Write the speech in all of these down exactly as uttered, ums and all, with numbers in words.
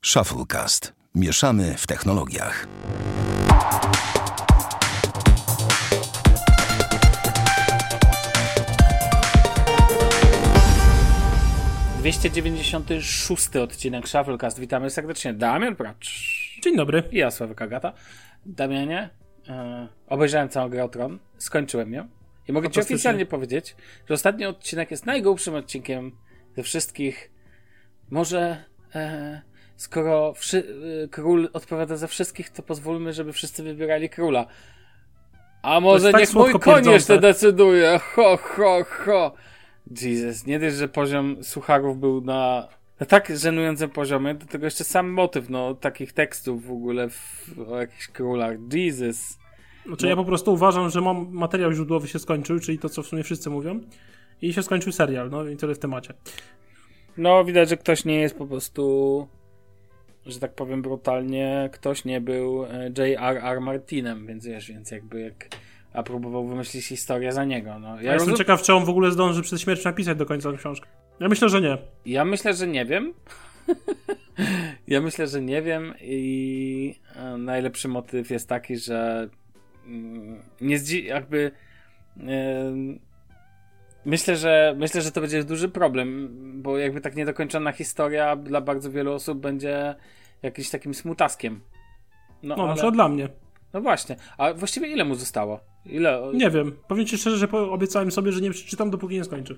Shufflecast. Mieszamy w technologiach. dwieście dziewięćdziesiąty szósty odcinek Shufflecast. Witamy serdecznie. Damian Pracz. Dzień dobry. I ja, Sławek Agata. Damianie, e, obejrzałem całą grę o Tron. Skończyłem ją. I mogę ci oficjalnie powiedzieć, że ostatni odcinek jest najgłupszym odcinkiem ze wszystkich. Może e, skoro wszy, e, król odpowiada za wszystkich, to pozwólmy, żeby wszyscy wybierali króla. A może tak niech mój koń jeszcze decyduje. Ho, ho, ho. Jesus, nie dość, że poziom sucharów był na, na tak żenującym poziomie, do tego jeszcze sam motyw, no, takich tekstów w ogóle w, o jakichś królach. Jesus. Znaczy no. ja po prostu uważam, że mam materiał źródłowy się skończył, czyli to, co w sumie wszyscy mówią, i się skończył serial, no i tyle w temacie. No, widać, że ktoś nie jest po prostu, że tak powiem brutalnie, ktoś nie był J R R Martinem, więc wiesz, więc jakby jak... a próbował wymyślić historię za niego. No, ja ja jestem rozum... ciekaw, czy on w ogóle zdąży przed śmiercią napisać do końca tę książkę. Ja myślę, że nie. Ja myślę, że nie wiem. ja myślę, że nie wiem i najlepszy motyw jest taki, że nie zdzi... jakby yy... myślę, że myślę, że to będzie duży problem, bo jakby tak niedokończona historia dla bardzo wielu osób będzie jakimś takim smutaskiem. No, no ale... na przykład dla mnie. No właśnie. A właściwie ile mu zostało? Ile? Nie wiem. Powiem ci szczerze, że obiecałem sobie, że nie przeczytam, dopóki nie skończę.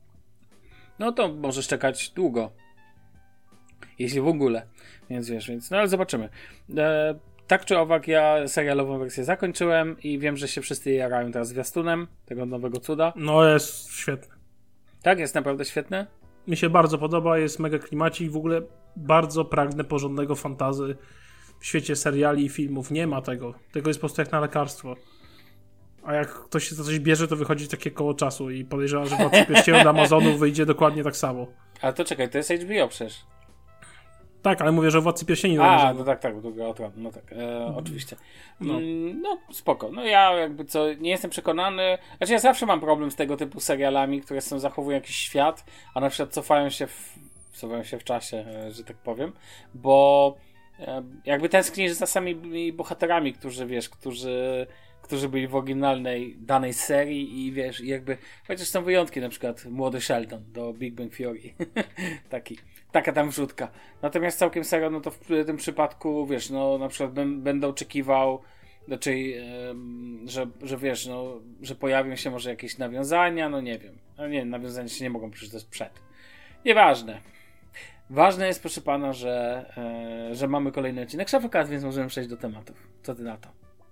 No to możesz czekać długo. Jeśli w ogóle. Więc wiesz, więc... No ale zobaczymy. E, tak czy owak, ja serialową wersję zakończyłem i wiem, że się wszyscy jarają teraz zwiastunem tego nowego cuda. No jest świetny. Tak? Jest naprawdę świetny? Mi się bardzo podoba, jest mega klimacik. W ogóle bardzo pragnę porządnego fantasy w świecie seriali i filmów. Nie ma tego. Tego jest po prostu jak na lekarstwo. A jak ktoś się za coś bierze, to wychodzi takie koło czasu i podejrzewam, że Władcy Pierścieni od Amazonu wyjdzie dokładnie tak samo. Ale to czekaj, to jest H B O przecież. Tak, ale mówię, że Władcy Pierścieni... A, no tak, tak, druga Otron, no tak, e, mm. oczywiście. No. Mm, no, spoko. No ja jakby co, nie jestem przekonany, znaczy ja zawsze mam problem z tego typu serialami, które są, zachowują jakiś świat, a na przykład cofają się w, cofają się w czasie, że tak powiem, bo jakby tęsknisz za samymi bohaterami, którzy, wiesz, którzy, którzy byli w oryginalnej danej serii i wiesz, i jakby, chociaż są wyjątki, na przykład młody Sheldon do Big Bang Theory. Taki, taka tam wrzutka. Natomiast całkiem serio, no to w tym przypadku, wiesz, no na przykład b- będę oczekiwał, raczej, um, że, że wiesz, no, że pojawią się może jakieś nawiązania, no nie wiem. No nie, nawiązania się nie mogą przeczytać przed. Nieważne. Ważne jest, proszę pana, że, e, że mamy kolejny odcinek Shufflecast, więc możemy przejść do tematów. Co ty na to?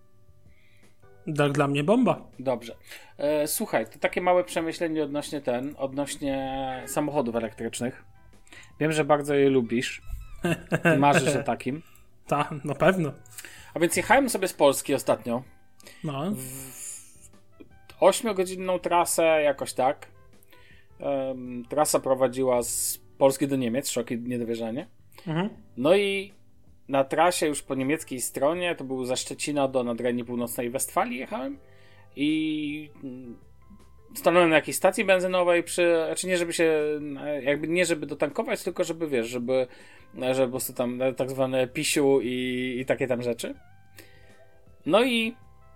Tak, dla mnie bomba. Dobrze. E, słuchaj, to takie małe przemyślenie odnośnie ten, odnośnie samochodów elektrycznych. Wiem, że bardzo je lubisz. Ty marzysz o takim. Tak, na pewno. A więc jechałem sobie z Polski ostatnio. No. W ośmiogodzinną trasę, jakoś tak. Um, trasa prowadziła z Polski do Niemiec, szok i niedowierzanie. Mhm. No i na trasie już po niemieckiej stronie, to był ze Szczecina do Nadrenii Północnej Westfalii jechałem i stanąłem na jakiejś stacji benzynowej przy, znaczy nie żeby się, jakby nie żeby dotankować, tylko żeby wiesz, żeby, żeby po prostu tam tak zwane pisiu i, i takie tam rzeczy. No i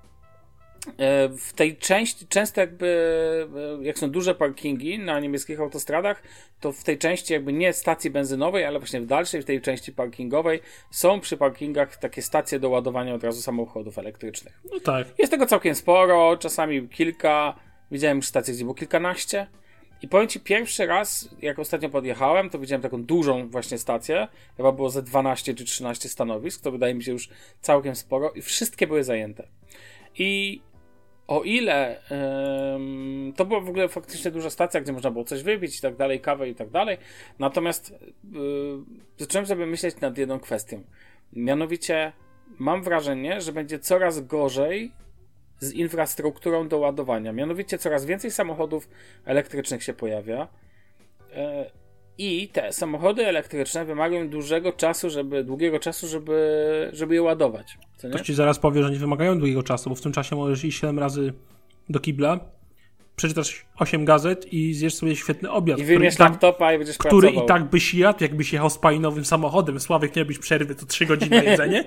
w tej części, często jakby, jak są duże parkingi na niemieckich autostradach, to w tej części jakby nie stacji benzynowej, ale właśnie w dalszej, w tej części parkingowej są przy parkingach takie stacje do ładowania od razu samochodów elektrycznych. No tak. Jest tego całkiem sporo, czasami kilka, widziałem już stacje, gdzie było kilkanaście i powiem ci, pierwszy raz, jak ostatnio podjechałem, to widziałem taką dużą właśnie stację, chyba było ze dwanaście czy trzynaście stanowisk, to wydaje mi się już całkiem sporo i wszystkie były zajęte. I o ile ym, to była w ogóle faktycznie duża stacja, gdzie można było coś wypić i tak dalej, kawę i tak dalej, natomiast yy, zacząłem sobie myśleć nad jedną kwestią. Mianowicie mam wrażenie, że będzie coraz gorzej z infrastrukturą do ładowania. Mianowicie coraz więcej samochodów elektrycznych się pojawia yy, i te samochody elektryczne wymagają dużego czasu, żeby, długiego czasu, żeby, żeby je ładować. Ktoś ci zaraz powie, że nie wymagają długiego czasu, bo w tym czasie możesz iść siedem razy do kibla, przeczytasz osiem gazet i zjesz sobie świetny obiad. I wyjmiesz tak, laptopa i będziesz który pracował. i tak byś jadł, jakbyś jechał spalinowym samochodem. Sławek, nie robisz przerwy, to trzy godziny na jedzenie?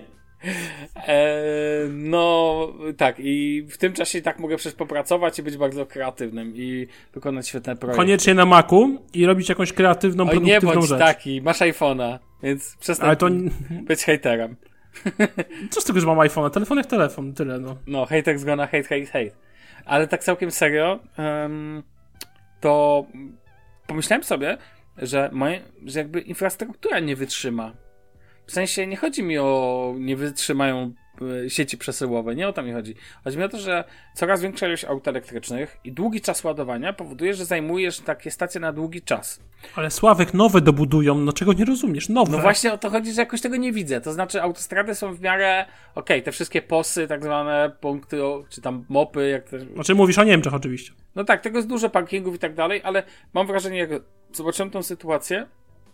Eee, no tak, i w tym czasie tak mogę przecież popracować i być bardzo kreatywnym i wykonać świetne projekty. Koniecznie na Macu i robić jakąś kreatywną, Oj, produktywną nie bądź rzecz. taki, masz iPhone'a, więc przestań Ale to... być hejterem. Co z tego, że mam iPhone'a? Telefon jak telefon, tyle no. No, haters gonna hate, hate, hate. Ale tak całkiem serio, um, to pomyślałem sobie, że, moje, że jakby infrastruktura nie wytrzyma. W sensie nie chodzi mi o nie wytrzymają y, sieci przesyłowe, nie o to mi chodzi. Chodzi mi o to, że coraz większa ilość aut elektrycznych i długi czas ładowania powoduje, że zajmujesz takie stacje na długi czas. Ale Sławek, nowe dobudują, no czego nie rozumiesz? Nowe. No właśnie o to chodzi, że jakoś tego nie widzę. To znaczy autostrady są w miarę, okej, okay, te wszystkie posy, tak zwane punkty, czy tam mopy, jak te... Znaczy mówisz o Niemczech oczywiście. No tak, tego jest dużo parkingów i tak dalej, ale mam wrażenie, jak zobaczyłem tą sytuację,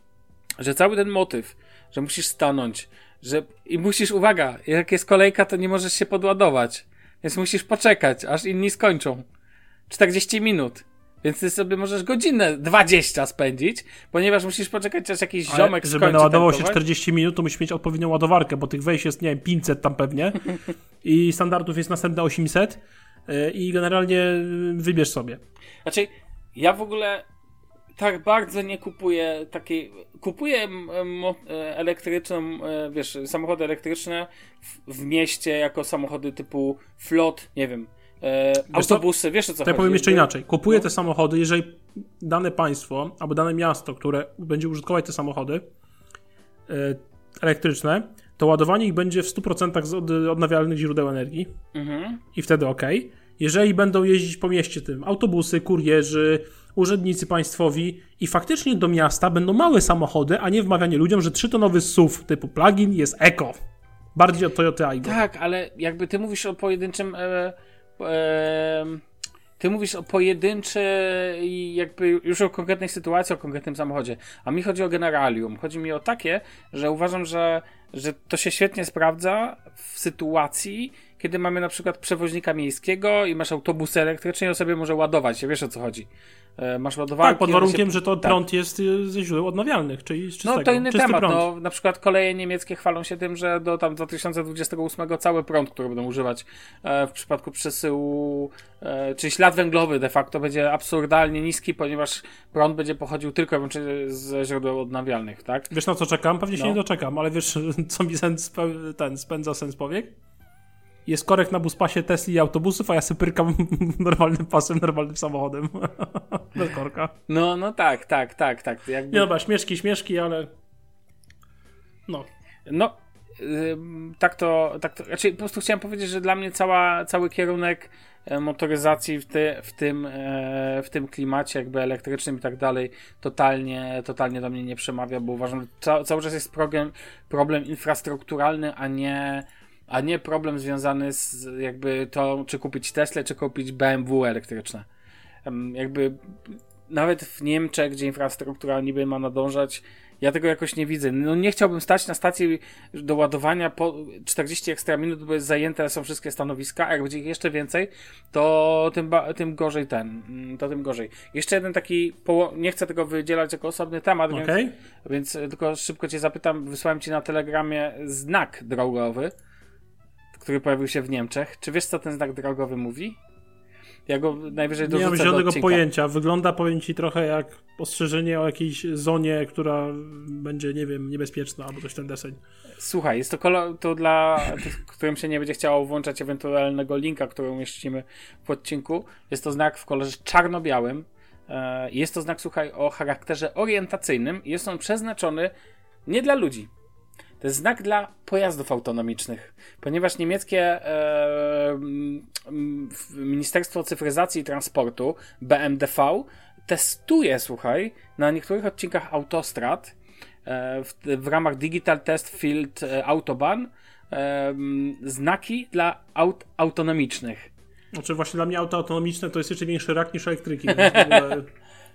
że cały ten motyw, że musisz stanąć, że i musisz, uwaga, jak jest kolejka, to nie możesz się podładować, więc musisz poczekać, aż inni skończą. czterdzieści minut. Więc ty sobie możesz godzinę dwadzieścia spędzić, ponieważ musisz poczekać, aż jakiś Ale ziomek żeby skończy naładował się tankować. czterdzieści minut, to musisz mieć odpowiednią ładowarkę, bo tych wejść jest, nie wiem, pięćset tam pewnie i standardów jest następne osiemset yy, i generalnie wybierz sobie. Znaczy, ja w ogóle tak bardzo nie kupuję takiej... Kupuję mo- elektryczną, wiesz, samochody elektryczne w, w mieście jako samochody typu flot, nie wiem, e, autobusy, to, wiesz o co to chodzi? ja powiem jeszcze inaczej. Kupuję no. te samochody, jeżeli dane państwo albo dane miasto, które będzie użytkować te samochody e, elektryczne, to ładowanie ich będzie w stu procentach z od, odnawialnych źródeł energii Mhm. i wtedy okej. Okay. Jeżeli będą jeździć po mieście tym autobusy, kurierzy, urzędnicy państwowi i faktycznie do miasta będą małe samochody, a nie wmawianie ludziom, że trzytonowy S U V typu plug-in jest eko. Bardziej od Toyoty Aygo. Tak, ale jakby ty mówisz o pojedynczym... E, e, ty mówisz o pojedynczej, jakby już o konkretnej sytuacji, o konkretnym samochodzie. A mi chodzi o generalium. Chodzi mi o takie, że uważam, że, że to się świetnie sprawdza w sytuacji, kiedy mamy na przykład przewoźnika miejskiego i masz autobusy elektryczne i on sobie może ładować się. Wiesz o co chodzi. E, masz ładowarki. Tak, pod warunkiem, się... że to tak. prąd jest ze źródeł odnawialnych, czyli z czystego. No to inny czysty temat. prąd. No, na przykład koleje niemieckie chwalą się tym, że do tam dwa tysiące dwudziestego ósmego cały prąd, który będą używać e, w przypadku przesyłu, e, czyli ślad węglowy de facto będzie absurdalnie niski, ponieważ prąd będzie pochodził tylko i wyłącznie ze źródeł odnawialnych, tak? Wiesz na co czekam? Pewnie się No. nie doczekam, ale wiesz co mi sens, ten spędza sens powiek? Jest korek na buspasie Tesli i autobusów, a ja sobie pyrkam normalnym pasem, normalnym samochodem. Bez korka. No, no tak, tak, tak, tak. Jakby... Nie dobra, śmieszki, śmieszki, ale no. No, ym, tak to, tak to, znaczy po prostu chciałem powiedzieć, że dla mnie cała, cały kierunek e, motoryzacji w, ty, w, tym, e, w tym klimacie jakby elektrycznym i tak dalej totalnie, totalnie do mnie nie przemawia, bo uważam, że ca, cały czas jest problem, problem infrastrukturalny, a nie a nie problem związany z jakby to, czy kupić Teslę, czy kupić B M W elektryczne. Um, jakby nawet w Niemczech, gdzie infrastruktura niby ma nadążać, ja tego jakoś nie widzę. No nie chciałbym stać na stacji do ładowania po czterdzieści ekstra minut, bo jest zajęte są wszystkie stanowiska, a jak będzie ich jeszcze więcej, to tym, ba- tym gorzej ten, to tym gorzej. Jeszcze jeden taki, poło- nie chcę tego wydzielać jako osobny temat, Okay. więc, więc tylko szybko cię zapytam, wysłałem ci na Telegramie znak drogowy, który pojawił się w Niemczech. Czy wiesz, co ten znak drogowy mówi? Ja go najwyżej dorzucę nie mam do żadnego odcinka. pojęcia. Wygląda, powiem ci, trochę jak ostrzeżenie o jakiejś zonie, która będzie, nie wiem, niebezpieczna, albo coś ten deseń. Słuchaj, jest to kolor, to dla tych, którym się nie będzie chciało włączać ewentualnego linka, który umieścimy w odcinku. Jest to znak w kolorze czarno-białym. Jest to znak, słuchaj, o charakterze orientacyjnym i jest on przeznaczony nie dla ludzi. To jest znak dla pojazdów autonomicznych, ponieważ niemieckie e, m, Ministerstwo Cyfryzacji i Transportu, B M D V, testuje, słuchaj, na niektórych odcinkach autostrad e, w, w ramach Digital Test Field Autobahn e, znaki dla aut autonomicznych. Znaczy właśnie dla mnie auto autonomiczne to jest jeszcze większy rak niż elektryki. Więc w ogóle...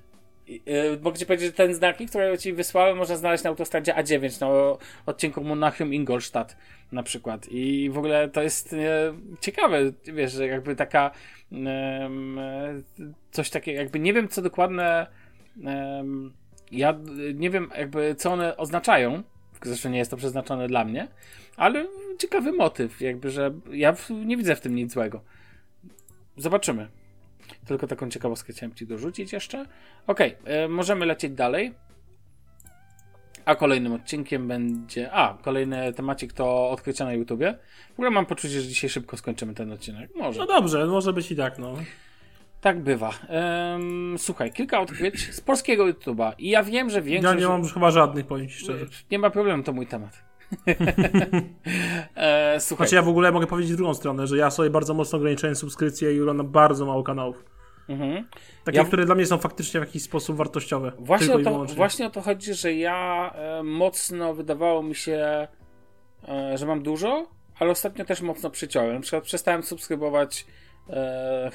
Yy, mogę ci powiedzieć, że ten znaki, które ci wysłałem, można znaleźć na autostradzie A dziewięć, na odcinku Monachium-Ingolstadt na przykład. I w ogóle to jest yy, ciekawe, wiesz, że jakby taka yy, coś takiego, jakby nie wiem co dokładne yy, ja nie wiem jakby co one oznaczają, zresztą nie jest to przeznaczone dla mnie, ale ciekawy motyw, jakby, że ja w, nie widzę w tym nic złego. Zobaczymy. Tylko taką ciekawostkę chciałem ci dorzucić jeszcze. Okej, okay, możemy lecieć dalej. A kolejnym odcinkiem będzie... A, kolejny temacik to odkrycia na YouTubie. W ogóle mam poczucie, że dzisiaj szybko skończymy ten odcinek. Może. No dobrze, może być i tak, no. Tak bywa. Um, słuchaj, kilka odkryć z polskiego YouTube'a. I ja wiem, że większość... Ja nie mam już chyba żadnych, powiem ci szczerze. Nie ma problemu, to mój temat. e, słuchaj. Znaczy ja w ogóle mogę powiedzieć w drugą stronę, że ja sobie bardzo mocno ograniczyłem subskrypcje i oglądam bardzo mało kanałów. Mhm. Takie, ja... które dla mnie są faktycznie w jakiś sposób wartościowe. Właśnie, o to, właśnie o to chodzi, że ja e, mocno wydawało mi się, e, że mam dużo, ale ostatnio też mocno przyciąłem. Na przykład przestałem subskrybować e,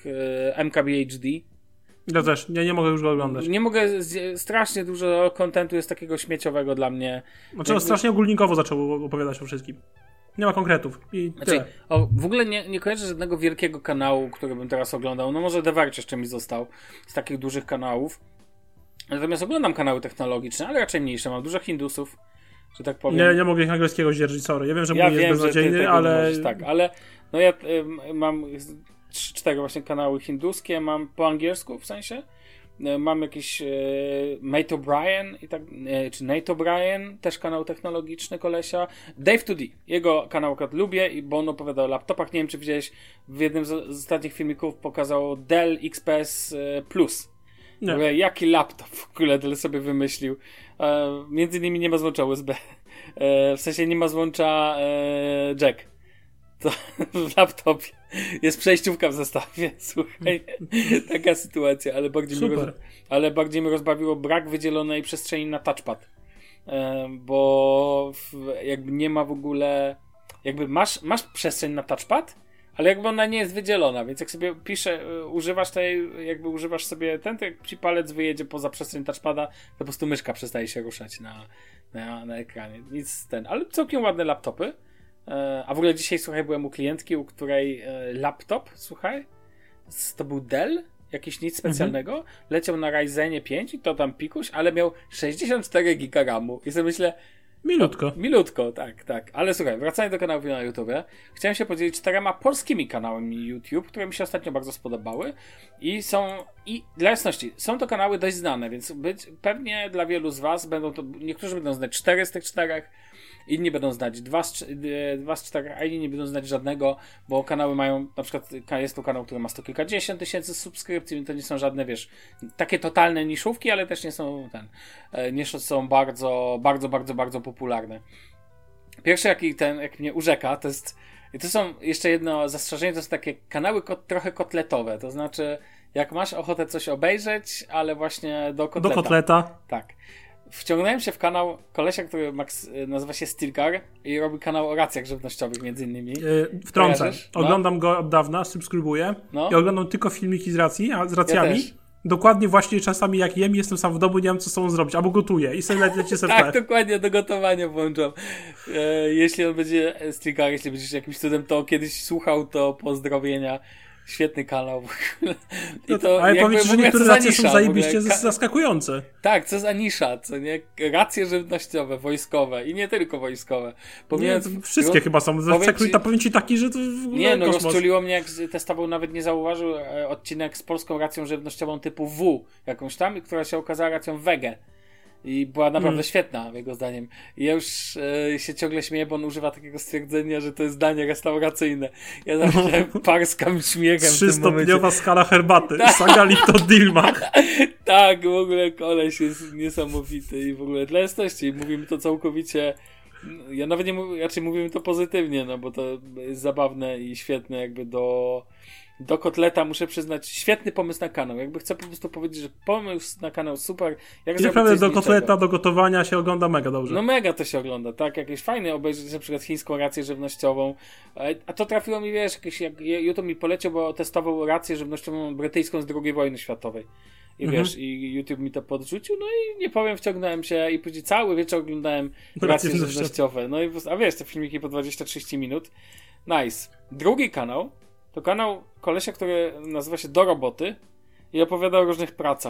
e, M K B H D. Ja też, ja nie mogę już go oglądać. Nie mogę, strasznie dużo kontentu jest takiego śmieciowego dla mnie. Znaczy jakby... strasznie ogólnikowo zaczął opowiadać o wszystkim. Nie ma konkretów. I znaczy, o, w ogóle nie, nie kojarzę żadnego wielkiego kanału, który bym teraz oglądał. No może The Verge jeszcze mi został z takich dużych kanałów. Natomiast oglądam kanały technologiczne, ale raczej mniejsze. Mam dużo Hindusów, że tak powiem. Nie, nie mogę ich angielskiego zdzierżyć, sorry. Ja wiem, że ja mój jest beznadziejny, ale... Możesz, tak, ale no ja y, mam trzy, cztery właśnie kanały hinduskie, mam po angielsku w sensie. Mam jakiś e, Mate O'Brien i tak, e, czy Nate O'Brien, też kanał technologiczny kolesia. Dave two D, jego kanał akurat lubię, bo on opowiada o laptopach. Nie wiem, czy widziałeś, w jednym z, z ostatnich filmików pokazał Dell X P S Plus. W ogóle, jaki laptop w ogóle Dell sobie wymyślił. E, między innymi nie ma złącza U S B. E, w sensie nie ma złącza e, jack. To w laptopie jest przejściówka w zestawie, słuchaj, taka sytuacja, ale bardziej, mnie, roz... ale bardziej mnie rozbawiło brak wydzielonej przestrzeni na touchpad, e, bo w, jakby nie ma w ogóle, jakby masz, masz przestrzeń na touchpad, ale jakby ona nie jest wydzielona, więc jak sobie pisze, używasz tej, jakby używasz sobie ten, to jak ci palec wyjedzie poza przestrzeń touchpada, to po prostu myszka przestaje się ruszać na, na, na ekranie, nic ten, ale całkiem ładne laptopy. A w ogóle dzisiaj, słuchaj, byłem u klientki, u której laptop, słuchaj, to był Dell, jakiś nic specjalnego, mhm. leciał na Ryzenie pięć i to tam pikuś, ale miał sześćdziesiąt cztery giga ramu i sobie myślę... Milutko. O, milutko, tak, tak. Ale słuchaj, wracając do kanałów na YouTubie, chciałem się podzielić czterema polskimi kanałami YouTube, które mi się ostatnio bardzo spodobały i są, i dla jasności, są to kanały dość znane, więc być, pewnie dla wielu z was będą to, niektórzy będą znać cztery z tych czterech, inni będą znać dwa z, dwa z czterech, a inni nie będą znać żadnego, bo kanały mają, na przykład jest to kanał, który ma sto kilkadziesiąt tysięcy subskrypcji, to nie są żadne, wiesz, takie totalne niszówki, ale też nie są ten, nie są bardzo, bardzo, bardzo, bardzo popularne. Pierwszy, jaki ten, jak mnie urzeka, to jest, i to są jeszcze jedno zastrzeżenie, to są takie kanały kot, trochę kotletowe, to znaczy, jak masz ochotę coś obejrzeć, ale właśnie do kotleta. Do kotleta. Tak. Wciągnąłem się w kanał kolesia, który Max, nazywa się Stilgar i robi kanał o racjach żywnościowych między innymi. Yy, wtrącę. No. Oglądam go od dawna, subskrybuję no. i oglądam tylko filmiki z racji, a z racjami. Ja dokładnie właśnie czasami jak jem, jestem sam w domu, nie wiem co sobą zrobić, albo gotuję i sobie lecie serce. Tak, dokładnie, do gotowania włączam. E, jeśli on będzie, Stilgar, jeśli będziesz jakimś cudem to kiedyś słuchał, to pozdrowienia. Świetny kanał. I to, ale powiedz, że niektóre racje są zajebiście ka- zaskakujące. Tak, co za nisza, co nie? Racje żywnościowe, wojskowe i nie tylko wojskowe. Pomijając, nie, wszystkie ro... chyba są. Przekrój ta powiem ci taki, że to w ogóle nie, no kosmos. Rozczuliło mnie, jak testował, nawet nie zauważył e, odcinek z polską racją żywnościową typu W, jakąś tam, która się okazała racją wege. I była naprawdę hmm. świetna, jego zdaniem. I ja już e, się ciągle śmieję, bo on używa takiego stwierdzenia, że to jest danie restauracyjne. Ja zawsze parskam śmiechem. Trzystopniowa skala herbaty. Saga Lipton-Dilmach. Tak, w ogóle koleś jest niesamowity i w ogóle dla jasności mówimy to całkowicie. Ja nawet nie mówię, raczej mówimy to pozytywnie, no bo to jest zabawne i świetne jakby do... Do kotleta muszę przyznać, świetny pomysł na kanał. Jakby chcę po prostu powiedzieć, że pomysł na kanał super. Jak naprawdę do kotleta, do gotowania się ogląda mega dobrze. No mega to się ogląda, tak? Jakieś fajne obejrzeć na przykład chińską rację żywnościową. A to trafiło mi, wiesz, jakieś, jak YouTube mi poleciał, bo testował rację żywnościową brytyjską z drugiej wojny światowej. I mhm. wiesz, i YouTube mi to podrzucił, no i nie powiem, wciągnąłem się i później cały wieczór oglądałem racje żywnościowe. No i a wiesz, te filmiki po dwadzieścia trzydzieści minut. Nice. Drugi kanał to kanał kolesia, który nazywa się Do Roboty i opowiada o różnych pracach.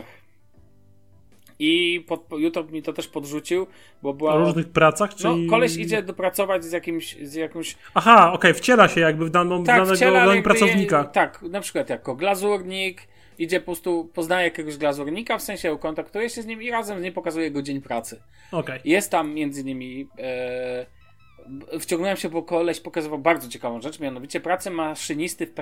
I pod, YouTube mi to też podrzucił, bo była... O różnych pracach? Czyli... No, koleś idzie dopracować z jakimś, z jakąś... Aha, okej, okay, wciela się jakby w daną, tak, danego, wciela, danego jakby, pracownika. Tak, na przykład jako glazurnik, idzie po prostu, poznaje jakiegoś glazurnika, w sensie kontaktuje się z nim i razem z nim pokazuje go dzień pracy. Okay. Jest tam między innymi... E, wciągnąłem się, bo koleś pokazywał bardzo ciekawą rzecz, mianowicie pracę maszynisty w P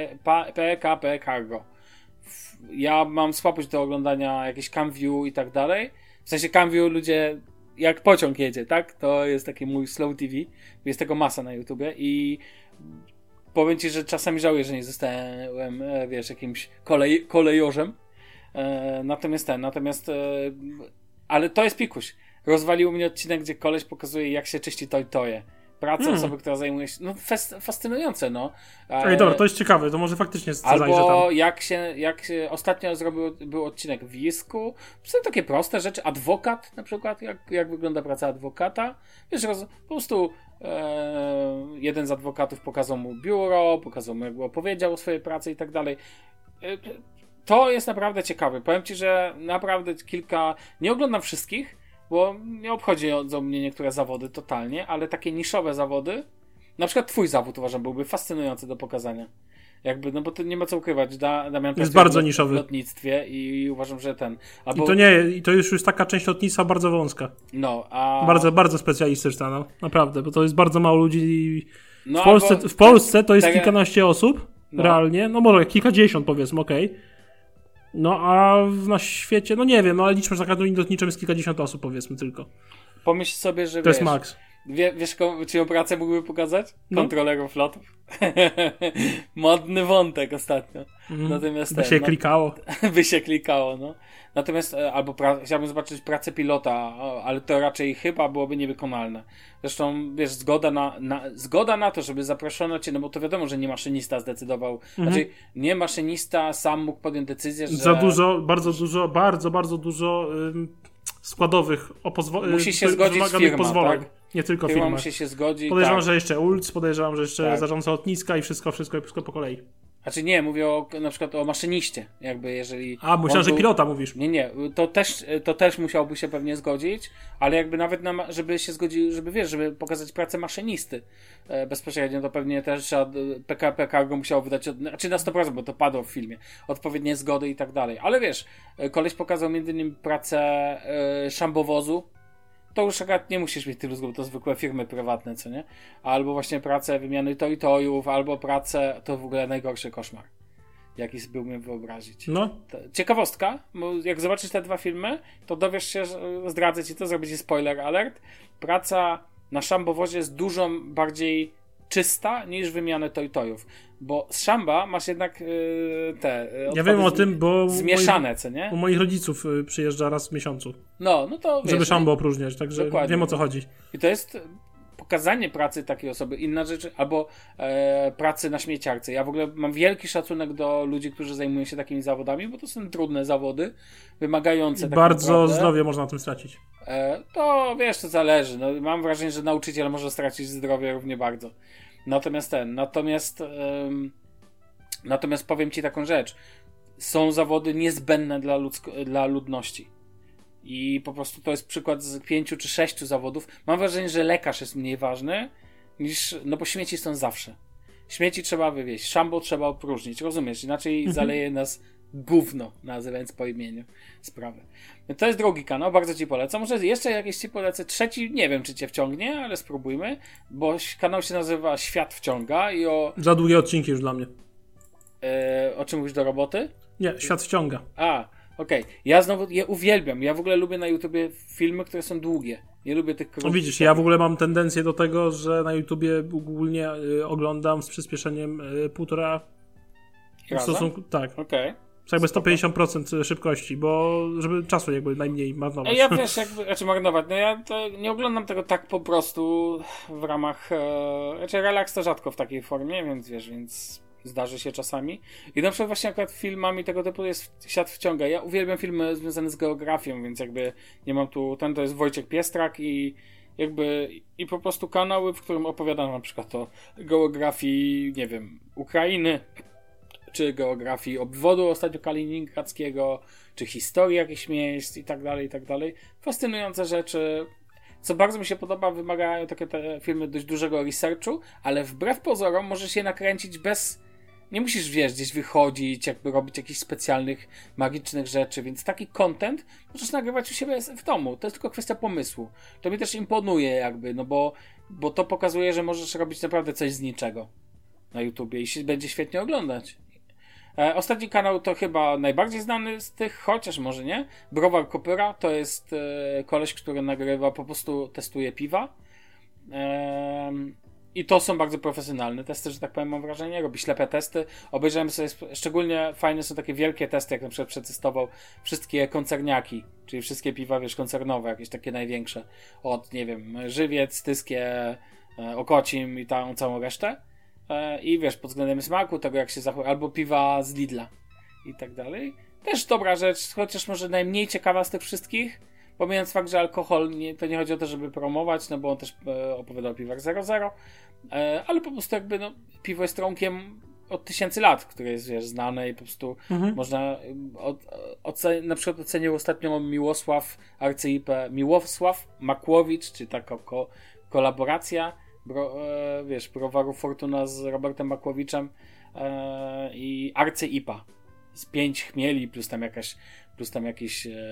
K P Cargo. Ja mam słabość do oglądania jakieś CamView i tak dalej. W sensie CamView ludzie, jak pociąg jedzie, tak? To jest taki mój slow T V. Jest tego masa na YouTubie i powiem ci, że czasami żałuję, że nie zostałem, wiesz, jakimś kolej, kolejorzem. E, natomiast ten, natomiast e, ale to jest pikuś. Rozwalił mnie odcinek, gdzie koleś pokazuje, jak się czyści toy-toje. Praca hmm. osoby, która zajmuje się... No fest, fascynujące, no. Ej, dobra, to jest ciekawe, to może faktycznie zajrzę tam. Albo jak się, jak się ostatnio zrobił, był odcinek w Jisku. Są takie proste rzeczy. Adwokat na przykład, jak, jak wygląda praca adwokata. Wiesz, roz, po prostu e, jeden z adwokatów pokazał mu biuro, pokazał mu, jakby opowiedział o swojej pracy i tak dalej. E, to jest naprawdę ciekawe. Powiem ci, że naprawdę kilka... Nie oglądam wszystkich, bo nie obchodzą mnie niektóre zawody totalnie, ale takie niszowe zawody, na przykład twój zawód uważam byłby fascynujący do pokazania. Jakby, no bo to nie ma co ukrywać. Da, Damian jest bardzo w niszowy. lotnictwie i uważam, że ten... Albo... I to nie, i to już jest taka część lotnictwa bardzo wąska. No, a... Bardzo, bardzo specjalistyczna, no. Naprawdę, bo to jest bardzo mało ludzi. W, no, Polsce, albo... w Polsce to jest tak... kilkanaście osób, no. realnie, no może kilkadziesiąt powiedzmy, okej. Okay. No a na świecie, no nie wiem, no ale liczmy, że na kadru lotniczym jest kilkadziesiąt osób powiedzmy tylko. Pomyśl sobie, że to wiesz... jest maks. Wie, wiesz, czyją pracę mógłby pokazać? No. Kontrolerów lotów. Modny wątek ostatnio. Mm. Natomiast by ten, się no, klikało. by się klikało, no. Natomiast albo pra- chciałbym zobaczyć pracę pilota, ale to raczej chyba byłoby niewykonalne. Zresztą, wiesz, zgoda na, na, zgoda na to, żeby zaproszono cię, no bo to wiadomo, że nie maszynista zdecydował. Mhm. Znaczy, nie maszynista sam mógł podjąć decyzję, że... Za dużo, bardzo dużo, bardzo, bardzo dużo ym, składowych o pozwo- musi się zgodzić firma, pozwoleń. Tak? Nie tylko firma firma. musi się zgodzić. Podejrzewam, tak. że jeszcze U L C, podejrzewam, że jeszcze tak. zarządca lotniska i wszystko, wszystko, wszystko po kolei. Znaczy nie, mówię o, na przykład o maszyniście, jakby jeżeli... A, myślałem, był... że pilota mówisz. Nie, nie, to też, to też musiałby się pewnie zgodzić, ale jakby nawet, na, żeby się zgodził, żeby wiesz, żeby pokazać pracę maszynisty e, bezpośrednio, to pewnie też P K P Cargo musiało wydać, od, znaczy na sto procent, bo to padło w filmie, odpowiednie zgody i tak dalej. Ale wiesz, koleś pokazał między innymi pracę e, szambowozu. To już akurat nie musisz mieć tylu zgód, to zwykłe firmy prywatne, co nie? Albo właśnie pracę wymiany toy-toyów, albo pracę, to w ogóle najgorszy koszmar, jaki sobie umiem wyobrazić. No. Ciekawostka, bo jak zobaczysz te dwa filmy, to dowiesz się, zdradzę ci to, zrobię ci spoiler alert, praca na szambowozie jest dużo bardziej czysta niż wymianę toy-toyów, bo z szamba masz jednak yy, te yy, ja wiem o tym, bo zmieszane, moich, co nie? U moich rodziców yy, przyjeżdża raz w miesiącu. No, no to wiesz, żeby szambo opróżniać, także dokładnie. Wiem o co chodzi. I to jest pokazanie pracy takiej osoby, inna rzecz, albo e, pracy na śmieciarce. Ja w ogóle mam wielki szacunek do ludzi, którzy zajmują się takimi zawodami, bo to są trudne zawody, wymagające. Tak bardzo naprawdę. zdrowie można na tym stracić. E, to wiesz, to zależy. No, mam wrażenie, że nauczyciel może stracić zdrowie równie bardzo. Natomiast ten, natomiast um, natomiast powiem ci taką rzecz. Są zawody niezbędne dla, ludzko- dla ludności. I po prostu to jest przykład z pięciu czy sześciu zawodów. Mam wrażenie, że lekarz jest mniej ważny niż, no bo śmieci są zawsze. Śmieci trzeba wywieźć, szambo trzeba opróżnić, rozumiesz? Inaczej mhm. zaleje nas gówno, nazywając po imieniu sprawy. To jest drugi kanał, bardzo ci polecam. Może jeszcze jakieś ci polecę. Trzeci, nie wiem czy cię wciągnie, ale spróbujmy, bo kanał się nazywa Świat Wciąga i o... Za długie odcinki już dla mnie. E, o czym mówisz, do roboty? Nie, Świat Wciąga. A, okej. Okay. Ja znowu je uwielbiam. Ja w ogóle lubię na YouTubie filmy, które są długie. Nie lubię tych krótkich. No widzisz, ja w ogóle mam tendencję do tego, że na YouTubie ogólnie y, oglądam z przyspieszeniem y, półtora w stosunku, tak. Okej. Okay. Jakby sto pięćdziesiąt procent szybkości, bo żeby czasu jakby najmniej marnować. Ja wiesz, jakby, znaczy marnować, no ja to nie oglądam tego tak po prostu w ramach, e, znaczy relaks to rzadko w takiej formie, więc wiesz, więc zdarzy się czasami. I na przykład właśnie akurat filmami tego typu jest Świat wciąga. Ja uwielbiam filmy związane z geografią, więc jakby nie mam tu, ten to jest Wojciech Piestrak i jakby i po prostu kanały, w którym opowiadam na przykład o geografii, nie wiem, Ukrainy, czy geografii obwodu ostatnio kaliningradzkiego, czy historii jakichś miejsc i tak dalej, i tak dalej. Fascynujące rzeczy. Co bardzo mi się podoba, wymagają takie te filmy dość dużego researchu, ale wbrew pozorom możesz je nakręcić bez... Nie musisz, wiesz, gdzieś wychodzić, jakby robić jakichś specjalnych, magicznych rzeczy, więc taki content możesz nagrywać u siebie w domu. To jest tylko kwestia pomysłu. To mi też imponuje jakby, no bo, bo to pokazuje, że możesz robić naprawdę coś z niczego na YouTubie i się będzie świetnie oglądać. E, ostatni kanał to chyba najbardziej znany z tych, chociaż może nie. Browar Kopyra to jest e, koleś, który nagrywa, po prostu testuje piwa. E, I to są bardzo profesjonalne testy, że tak powiem, mam wrażenie. Robi ślepe testy. Obejrzałem sobie, szczególnie fajne są takie wielkie testy, jak na przykład przetestował wszystkie koncerniaki, czyli wszystkie piwa, wiesz, koncernowe, jakieś takie największe. Od, nie wiem, Żywiec, Tyskie, e, Okocim i tą całą resztę. I wiesz, pod względem smaku, tego jak się zachowuje, albo piwa z Lidla i tak dalej. Też dobra rzecz, chociaż może najmniej ciekawa z tych wszystkich, pomijając fakt, że alkohol, nie, to nie chodzi o to, żeby promować, no bo on też e, opowiadał o piwach zero zero, e, ale po prostu jakby, no, piwo jest trunkiem od tysięcy lat, które jest, wiesz, znane i po prostu mhm. można od, ocen- na przykład ocenił ostatnio Miłosław arcyipę Miłosław Makłowicz, czy taka ko- kolaboracja Bro, e, wiesz, browaru Fortuna z Robertem Makłowiczem e, i Arcy I P A z pięć chmieli plus tam jakaś plus tam jakiś e,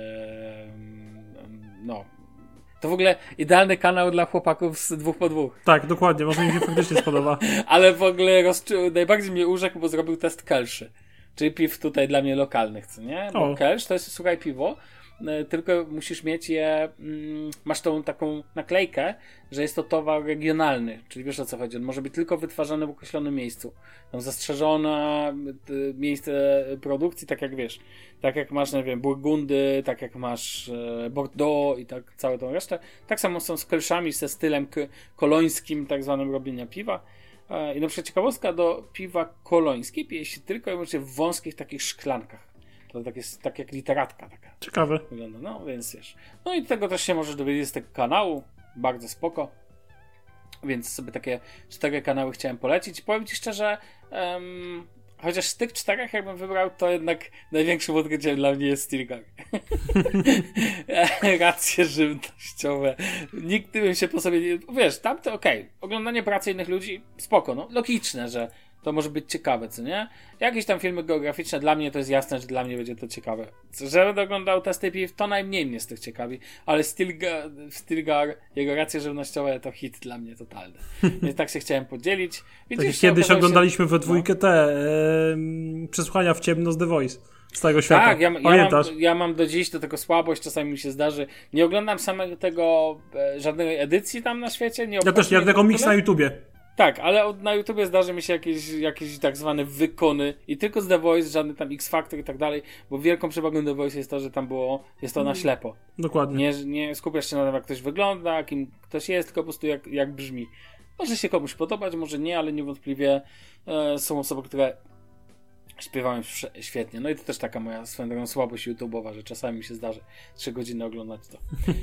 no to w ogóle idealny kanał dla chłopaków z dwóch po dwóch. Tak, dokładnie, może mi się faktycznie spodoba. Ale w ogóle rozczu- najbardziej mnie urzekł, bo zrobił test kelszy, czyli piw tutaj dla mnie lokalnych, co nie? Bo kelsz to jest, słuchaj, piwo, tylko musisz mieć je, mm, masz tą taką naklejkę, że jest to towar regionalny, czyli wiesz o co chodzi, on może być tylko wytwarzany w określonym miejscu, tam zastrzeżone miejsce produkcji, tak jak wiesz, tak jak masz, nie wiem, Burgundy, tak jak masz e, Bordeaux i tak całą tą resztę, tak samo są z kelszami, ze stylem k- kolońskim tak zwanym robienia piwa. E, i na przykład ciekawostka, do piwa kolońskie pije się tylko i wyłącznie w wąskich takich szklankach. To tak jest tak jak literatka taka. Ciekawe. Wygląda, no więc wiesz. No i tego też się możesz dowiedzieć z tego kanału. Bardzo spoko. Więc sobie takie cztery kanały chciałem polecić. Powiem ci szczerze, um, chociaż z tych czterech jakbym wybrał, to jednak największym odkryciem dla mnie jest Stilgar. Racje żywnościowe. Nigdy bym się po sobie nie... Wiesz, tamte okej. Okay. Oglądanie pracy innych ludzi, spoko, no. Logiczne, że to może być ciekawe, co nie? Jakieś tam filmy geograficzne, dla mnie to jest jasne, że dla mnie będzie to ciekawe. Że będę oglądał testy piw, to najmniej mnie z tych ciekawi, ale Stilgar, Stilgar jego racje żywnościowe to hit dla mnie totalny. Więc tak się chciałem podzielić. Widzisz, tak kiedyś oglądaliśmy się... we dwójkę no. te e, przesłuchania w ciemno z The Voice. Z tego świata. Tak, ja, ja, mam, ja mam do dziś do tego słabość, czasami mi się zdarzy. Nie oglądam samego tego, e, żadnej edycji tam na świecie. Nie ja też, jak tego mix na YouTubie. Tak, ale na YouTubie zdarzy mi się jakieś, jakieś tak zwane wykony i tylko z The Voice, żadny tam X-Factor i tak dalej, bo wielką przewagą The Voice jest to, że tam było, jest to na ślepo. Dokładnie. Nie, nie skupiasz się na tym, jak ktoś wygląda, kim ktoś jest, tylko po prostu jak, jak brzmi. Może się komuś podobać, może nie, ale niewątpliwie e, są osoby, które śpiewają świetnie. No i to też taka moja swoją drogą słabość YouTube'owa, że czasami mi się zdarzy trzy godziny oglądać to.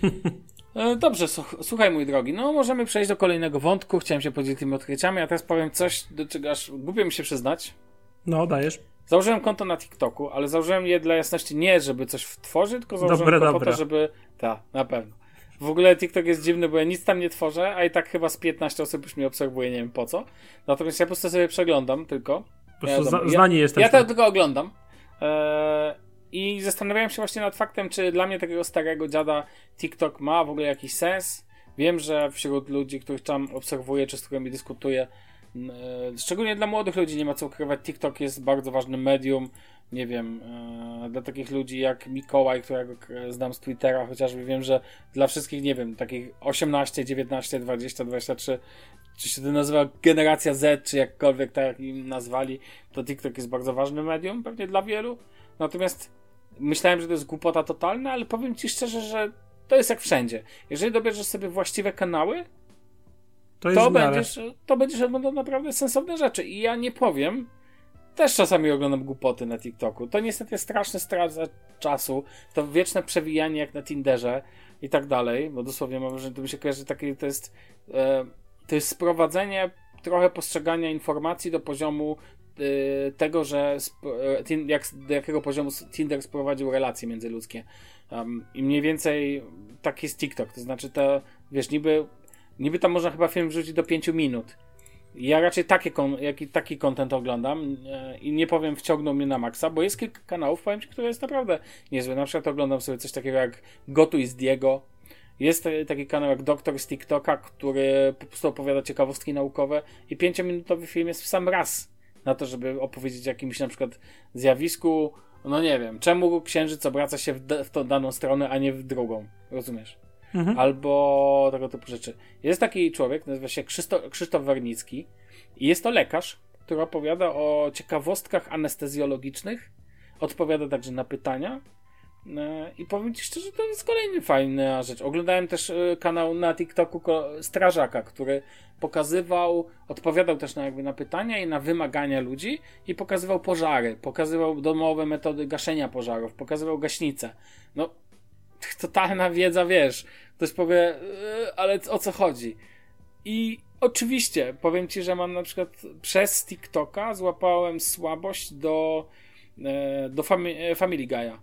Dobrze, słuchaj mój drogi, no możemy przejść do kolejnego wątku. Chciałem się podzielić tymi odkryciami, a teraz powiem coś, do czego aż głupio mi się przyznać. No, dajesz. Założyłem konto na TikToku, ale założyłem je dla jasności nie, żeby coś tworzyć, tylko założyłem dobre, to dobre. po to, żeby... Tak, na pewno. W ogóle TikTok jest dziwny, bo ja nic tam nie tworzę, a i tak chyba z piętnaście osób już mnie obserwuje, nie wiem po co. Natomiast ja po prostu sobie przeglądam tylko. Po prostu ja, znani ja, jesteś. Ja to tylko oglądam. Eee, I zastanawiałem się właśnie nad faktem, czy dla mnie takiego starego dziada TikTok ma w ogóle jakiś sens. Wiem, że wśród ludzi, których tam obserwuję, czy z którymi dyskutuję, e, szczególnie dla młodych ludzi nie ma co ukrywać, TikTok jest bardzo ważnym medium. Nie wiem, e, dla takich ludzi jak Mikołaj, którego znam z Twittera, chociażby wiem, że dla wszystkich, nie wiem, takich osiemnaście, dziewiętnaście, dwadzieścia, dwadzieścia trzy, czy się to nazywa generacja Z, czy jakkolwiek tak im nazwali, to TikTok jest bardzo ważnym medium, pewnie dla wielu. Natomiast myślałem, że to jest głupota totalna, ale powiem ci szczerze, że to jest jak wszędzie. Jeżeli dobierzesz sobie właściwe kanały, to, to będziesz, to będziesz oglądał naprawdę sensowne rzeczy. I ja nie powiem, też czasami oglądam głupoty na TikToku. To niestety straszny strata czasu, to wieczne przewijanie jak na Tinderze i tak dalej, bo dosłownie mam, że to mi się kojarzy, takie, to jest e, to jest sprowadzenie trochę postrzegania informacji do poziomu e, tego, że sp- e, jak, do jakiego poziomu Tinder sprowadził relacje międzyludzkie. Um, I mniej więcej tak jest TikTok, to znaczy to, wiesz, niby niby tam można chyba film wrzucić do pięciu minut. Ja raczej takie kon- jaki, taki content oglądam e, i nie powiem wciągnął mnie na maksa, bo jest kilka kanałów, powiem ci, które jest naprawdę niezłe. Na przykład oglądam sobie coś takiego jak Gotuj z Diego. Jest taki kanał jak Doktor z TikToka, który po prostu opowiada ciekawostki naukowe i pięciominutowy film jest w sam raz na to, żeby opowiedzieć o jakimś na przykład zjawisku, no nie wiem, czemu księżyc obraca się w, d- w tą daną stronę, a nie w drugą. Rozumiesz? Mhm. Albo tego typu rzeczy. Jest taki człowiek, nazywa się Krzysztof, Krzysztof Wernicki i jest to lekarz, który opowiada o ciekawostkach anestezjologicznych, odpowiada także na pytania i powiem ci szczerze, to jest kolejna fajna rzecz. Oglądałem też kanał na TikToku Strażaka, który pokazywał, odpowiadał też na, jakby na pytania i na wymagania ludzi i pokazywał pożary, pokazywał domowe metody gaszenia pożarów, pokazywał gaśnice. No totalna wiedza, wiesz, ktoś powie, yy, ale o co chodzi? I oczywiście, powiem ci, że mam na przykład przez TikToka złapałem słabość do, yy, do fami- Family Guy'a.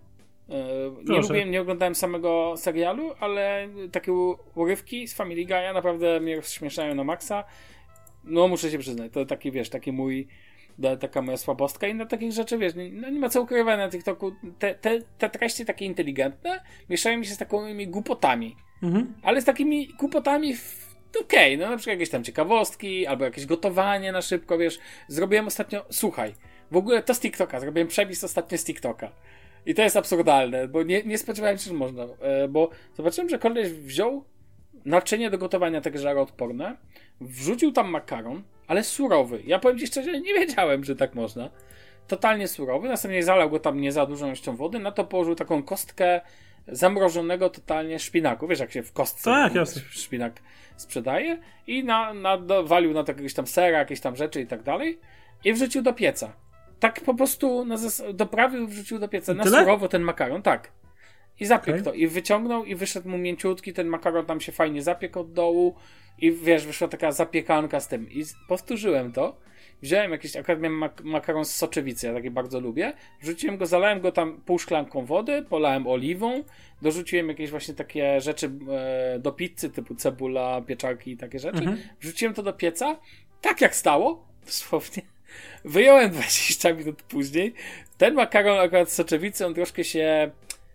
Yy, nie lubiłem, nie oglądałem samego serialu, ale takie urywki z Family Guy'a naprawdę mnie rozśmieszają na maksa. No muszę się przyznać, to taki, wiesz, taki mój taka moja słabostka i na takich rzeczy, wiesz, nie, no nie ma co ukrywać na TikToku. Te, te, te treści takie inteligentne mieszają mi się z takimi głupotami. Mhm. Ale z takimi głupotami w... okej, okay, no na przykład jakieś tam ciekawostki, albo jakieś gotowanie na szybko, wiesz. Zrobiłem ostatnio, słuchaj, w ogóle to z TikToka, zrobiłem przepis ostatnio z TikToka. I to jest absurdalne, bo nie, nie spodziewałem się, że można, bo zobaczyłem, że koleś wziął naczynie do gotowania takie żaroodporne, wrzucił tam makaron, ale surowy. Ja powiem ci szczerze, nie wiedziałem, że tak można. Totalnie surowy. Następnie zalał go tam nie za dużą ilością wody, na to położył taką kostkę zamrożonego totalnie szpinaku. Wiesz, jak się w kostce tak, jasne. szpinak sprzedaje. I na, na, dowalił na to jakiegoś tam sera, jakieś tam rzeczy i tak dalej. I wrzucił do pieca. Tak po prostu na zas- doprawił, wrzucił do pieca. Na surowo ten makaron, tak. I zapiekł okay. to. I wyciągnął i wyszedł mu mięciutki. Ten makaron tam się fajnie zapiekł od dołu. I wiesz, wyszła taka zapiekanka z tym. I powtórzyłem to. Wziąłem jakiś, akurat miałem mak- makaron z soczewicy, ja taki bardzo lubię. Wrzuciłem go, zalałem go tam pół szklanką wody, polałem oliwą, dorzuciłem jakieś właśnie takie rzeczy e, do pizzy, typu cebula, pieczarki i takie rzeczy. Mhm. Wrzuciłem to do pieca, tak jak stało, dosłownie. Wyjąłem dwadzieścia minut później. Ten makaron akurat z soczewicy, on troszkę się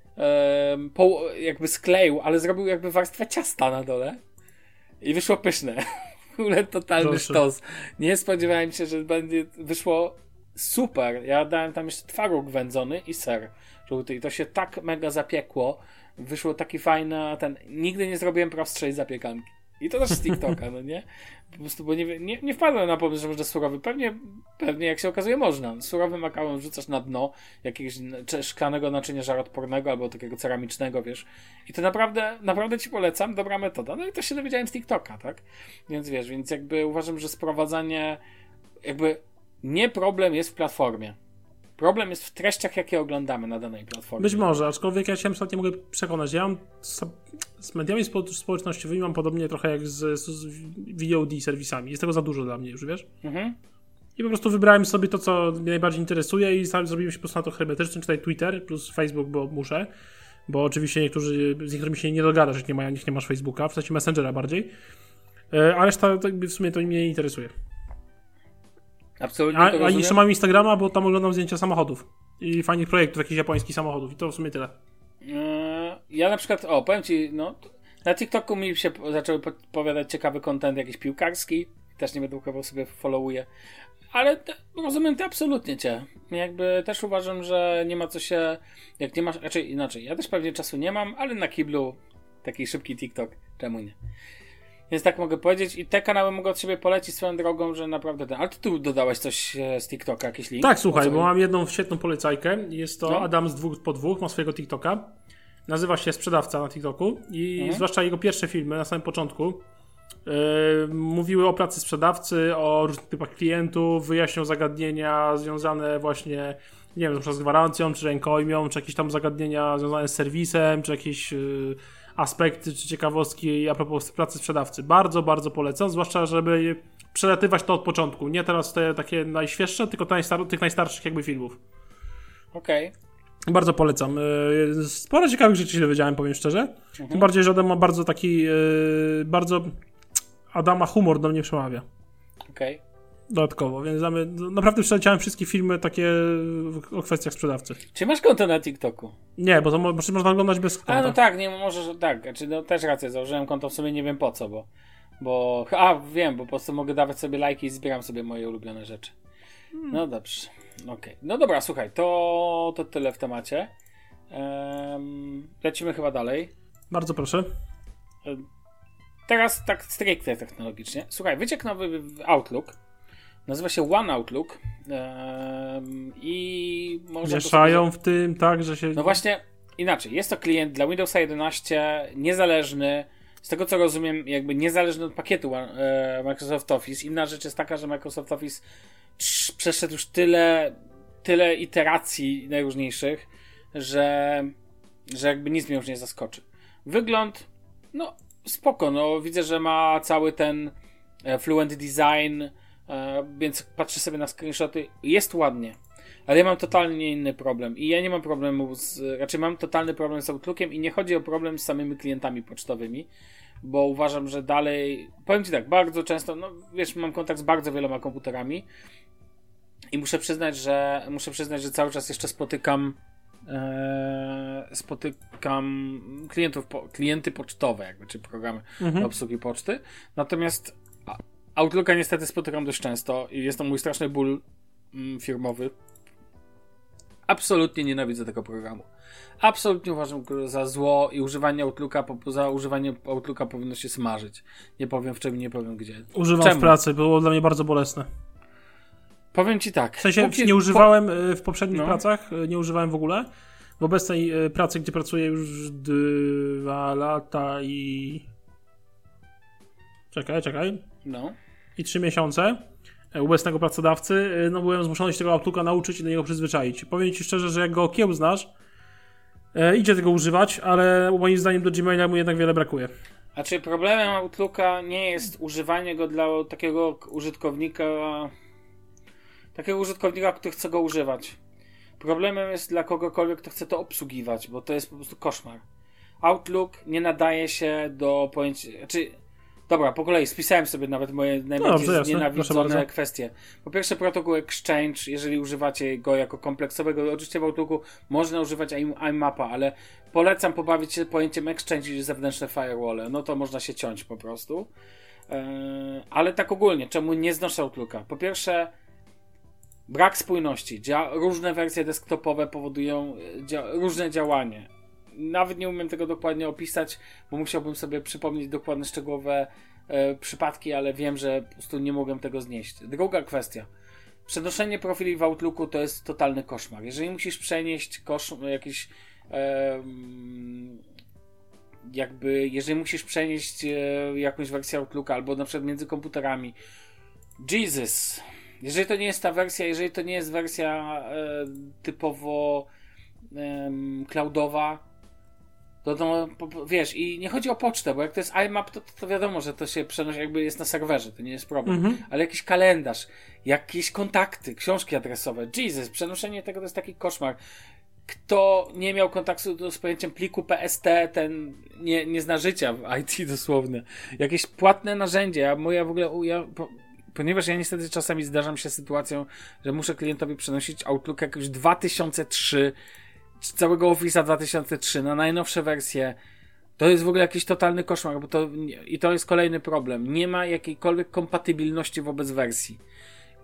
e, po, jakby skleił, ale zrobił jakby warstwę ciasta na dole. I wyszło pyszne. W ogóle totalny Proszę. sztos. Nie spodziewałem się, że będzie wyszło super. Ja dałem tam jeszcze twaróg wędzony i ser żółty. I to się tak mega zapiekło. Wyszło taki fajny ten... Nigdy nie zrobiłem prostszej zapiekanki. I to też z TikToka, no nie? Po prostu, bo nie, nie, nie wpadłem na pomysł, że można surowy. Pewnie, pewnie jak się okazuje, można. Surowy makaron wrzucasz na dno jakiegoś szklanego naczynia żaroodpornego albo takiego ceramicznego, wiesz. I to naprawdę, naprawdę ci polecam. Dobra metoda. No i to się dowiedziałem z TikToka, tak? Więc wiesz, więc jakby uważam, że sprowadzanie jakby nie problem jest w platformie. Problem jest w treściach, jakie oglądamy na danej platformie. Być może, aczkolwiek ja się nie mogę przekonać. Ja mam z, z mediami spo, społecznościowymi mam podobnie trochę jak z, z V O D serwisami. Jest tego za dużo dla mnie już, wiesz? Mhm. I po prostu wybrałem sobie to, co mnie najbardziej interesuje i zrobiłem się po prostu na to hermetyczny, czytaj Twitter plus Facebook, bo muszę. Bo oczywiście niektórzy, z niektórymi się nie dogadasz, jak nie, ma, jak nie masz Facebooka, w sensie Messengera bardziej. A reszta w sumie to mnie nie interesuje. Absolutnie. A, a jeszcze mam Instagrama, bo tam oglądam zdjęcia samochodów i fajnych projektów, jakichś japońskich samochodów i to w sumie tyle. Ja na przykład, o powiem ci, no na TikToku mi się zaczęły podpowiadać ciekawy content jakiś piłkarski, też nie będę ukrywał, sobie followuję, ale te, rozumiem to absolutnie cię. Jakby też uważam, że nie ma co się, jak nie masz, raczej inaczej, ja też pewnie czasu nie mam, ale na kiblu taki szybki TikTok, czemu nie? Więc tak mogę powiedzieć i te kanały mogę od siebie polecić swoją drogą, że naprawdę ten... Ale ty tu dodałeś coś z TikToka, jakiś link? Tak, słuchaj, bo mam jedną świetną polecajkę. Jest to no. Adam z dwóch po dwóch, ma swojego TikToka. Nazywa się Sprzedawca na TikToku i mhm. zwłaszcza jego pierwsze filmy na samym początku Yy, mówiły o pracy sprzedawcy, o różnych typach klientów, wyjaśnią zagadnienia związane właśnie, nie wiem, na przykład z gwarancją, czy rękojmią, czy jakieś tam zagadnienia związane z serwisem, czy jakieś yy, aspekty, czy ciekawostki a propos pracy sprzedawcy. Bardzo, bardzo polecam, zwłaszcza żeby przelatywać to od początku. Nie teraz te takie najświeższe, tylko te najstar- tych najstarszych jakby filmów. Okej. Okay. Bardzo polecam. Sporo ciekawych rzeczy się dowiedziałem, powiem szczerze. Mhm. Tym bardziej, że Adam ma bardzo taki, bardzo Adama humor do mnie przemawia. Okej. Okay. Dodatkowo, więc damy, naprawdę przeleciałem wszystkie filmy takie o kwestiach sprzedawcy. Czy masz konto na TikToku? Nie, bo to mo- można oglądać bez konta. A no tak, nie możesz, tak, znaczy no też rację, założyłem konto, w sumie nie wiem po co, bo, bo a wiem, bo po prostu mogę dawać sobie lajki i zbieram sobie moje ulubione rzeczy. Hmm. No dobrze, okej. Okay. No dobra, słuchaj, to, to tyle w temacie. Um, lecimy chyba dalej. Bardzo proszę. Teraz tak stricte technologicznie. Słuchaj, wyciek nowy Outlook. Nazywa się One Outlook. Um, I może mieszają sobie... w tym, tak, że się... No właśnie, inaczej. Jest to klient dla Windowsa jedenaście, niezależny. Z tego co rozumiem, jakby niezależny od pakietu e, Microsoft Office. Inna rzecz jest taka, że Microsoft Office trz, przeszedł już tyle, tyle iteracji najróżniejszych, że, że jakby nic mnie już nie zaskoczy. Wygląd, no spoko, no widzę, że ma cały ten e, fluent design, e, więc patrzę sobie na screenshoty, jest ładnie, ale ja mam totalnie inny problem i ja nie mam problemu z, raczej mam totalny problem z Outlookiem i nie chodzi o problem z samymi klientami pocztowymi, bo uważam, że dalej, powiem Ci tak, bardzo często, no wiesz, mam kontakt z bardzo wieloma komputerami i muszę przyznać, że muszę przyznać, że cały czas jeszcze spotykam Eee, spotykam klientów, po, klienty pocztowe, jakby, czy programy mhm. obsługi poczty. Natomiast Outlooka niestety spotykam dość często i jest to mój straszny ból mm, firmowy. Absolutnie nienawidzę tego programu. Absolutnie uważam go za zło i używanie Outlooka, za używanie Outlooka powinno się smażyć. Nie powiem w czym i nie powiem gdzie. Używam Czemu? w pracy, było dla mnie bardzo bolesne. Powiem Ci tak. W sensie Póki... nie używałem po... w poprzednich no. pracach, nie używałem w ogóle. W obecnej pracy, gdzie pracuję już dwa lata i... Czekaj, czekaj. No. I trzy miesiące u obecnego pracodawcy, no byłem zmuszony się tego Outlooka nauczyć i do niego przyzwyczaić. Powiem Ci szczerze, że jak go okiełznasz, e, idzie tego używać, ale moim zdaniem do Gmaila mu jednak wiele brakuje. A czy problemem Outlooka nie jest używanie go dla takiego użytkownika, takiego użytkownika, który chce go używać? Problemem jest dla kogokolwiek, kto chce to obsługiwać, bo to jest po prostu koszmar. Outlook nie nadaje się do pojęcia... Znaczy, dobra, po kolei spisałem sobie nawet moje najbardziej no, znienawidzone kwestie. Po pierwsze, protokół Exchange, jeżeli używacie go jako kompleksowego, oczywiście w Outlooku można używać IMAPa, ale polecam pobawić się pojęciem Exchange i zewnętrzne firewall. No to można się ciąć po prostu. Yy, ale tak ogólnie, czemu nie znoszę Outlooka? Po pierwsze, brak spójności. Dzia- różne wersje desktopowe powodują dzia- różne działanie. Nawet nie umiem tego dokładnie opisać, bo musiałbym sobie przypomnieć dokładne, szczegółowe e, przypadki, ale wiem, że po prostu nie mogłem tego znieść. Druga kwestia. Przenoszenie profili w Outlooku to jest totalny koszmar. Jeżeli musisz przenieść kosz- jakiś e, jakby, jeżeli musisz przenieść e, jakąś wersję Outlooka albo na przykład między komputerami, Jesus! Jeżeli to nie jest ta wersja, jeżeli to nie jest wersja e, typowo e, cloudowa, to, to wiesz, i nie chodzi o pocztę, bo jak to jest IMAP, to, to wiadomo, że to się przenosi, jakby jest na serwerze, to nie jest problem. Mhm. Ale jakiś kalendarz, jakieś kontakty, książki adresowe, Jesus, przenoszenie tego to jest taki koszmar. Kto nie miał kontaktu z pojęciem pliku P S T, ten nie, nie zna życia w I T dosłownie. Jakieś płatne narzędzie, ja, moja w ogóle, ja, po, ponieważ ja niestety czasami zdarzam się sytuacją, że muszę klientowi przenosić Outlook jakoś dwa tysiące trzy, całego Office'a dwa tysiące trzy na najnowsze wersje. To jest w ogóle jakiś totalny koszmar, bo to, i to jest kolejny problem. Nie ma jakiejkolwiek kompatybilności wobec wersji.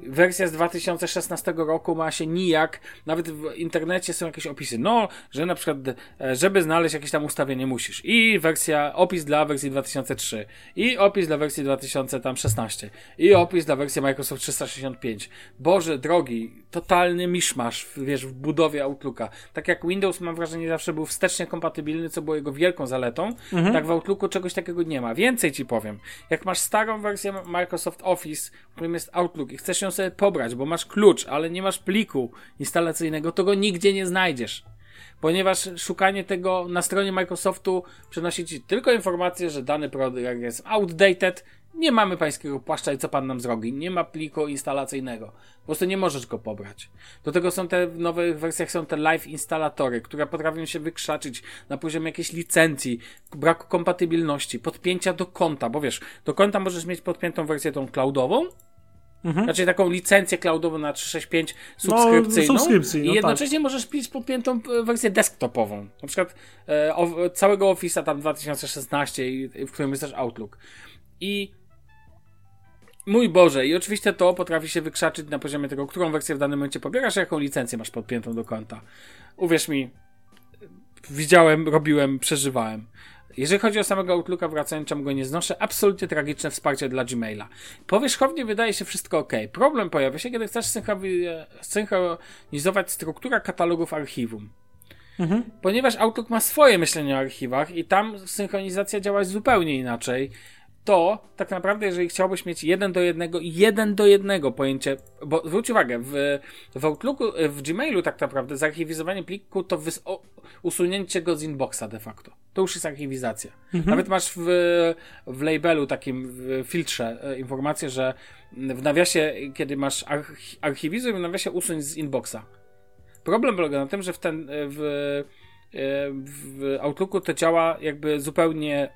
wersja z dwa tysiące szesnastego roku ma się nijak, nawet w internecie są jakieś opisy, no, że na przykład, żeby znaleźć jakieś tam ustawienie musisz. I wersja, opis dla wersji dwa tysiące trzy, i opis dla wersji dwa tysiące szesnaście, i opis dla wersji Microsoft trzysta sześćdziesiąt pięć. Boże drogi, totalny miszmasz, wiesz, w budowie Outlooka. Tak jak Windows, mam wrażenie, zawsze był wstecznie kompatybilny, co było jego wielką zaletą, mhm. tak w Outlooku czegoś takiego nie ma. Więcej ci powiem. Jak masz starą wersję Microsoft Office, w którym jest Outlook i chcesz ją sobie pobrać, bo masz klucz, ale nie masz pliku instalacyjnego, to go nigdzie nie znajdziesz. Ponieważ szukanie tego na stronie Microsoftu przynosi ci tylko informację, że dany produkt jest outdated, nie mamy pańskiego płaszcza i co pan nam zrobi? Nie ma pliku instalacyjnego. Po prostu nie możesz go pobrać. Do tego są te, w nowych wersjach są te live instalatory, które potrafią się wykrzaczyć na poziomie jakiejś licencji, braku kompatybilności, podpięcia do konta, bo wiesz, do konta możesz mieć podpiętą wersję tą cloudową, mhm. znaczy taką licencję cloudową na trzysta sześćdziesiąt pięć subskrypcyjną, no, subskrypcji, no i jednocześnie tak. możesz mieć podpiętą wersję desktopową. Na przykład e, o, całego Office'a tam dwa tysiące szesnaście, i, w którym jest też Outlook. I mój Boże, i oczywiście to potrafi się wykrzaczyć na poziomie tego, którą wersję w danym momencie pobierasz, a jaką licencję masz podpiętą do konta. Uwierz mi, widziałem, robiłem, przeżywałem. Jeżeli chodzi o samego Outlooka, wracając, czemu go nie znoszę, absolutnie tragiczne wsparcie dla Gmaila. Powierzchownie wydaje się wszystko ok. Problem pojawia się, kiedy chcesz synchronizować strukturę katalogów archiwum. Mhm. Ponieważ Outlook ma swoje myślenie o archiwach i tam synchronizacja działa zupełnie inaczej, to tak naprawdę, jeżeli chciałbyś mieć jeden do jednego, jeden do jednego pojęcie, bo zwróć uwagę, w, w Outlooku, w Gmailu tak naprawdę zarchiwizowanie pliku to wys- o, usunięcie go z inboxa de facto. To już jest archiwizacja. Mhm. Nawet masz w, w labelu takim, w filtrze e, informację, że w nawiasie, kiedy masz arch- archiwizuj, w nawiasie usuń z inboxa. Problem polega na tym, że w ten w, w Outlooku to działa jakby zupełnie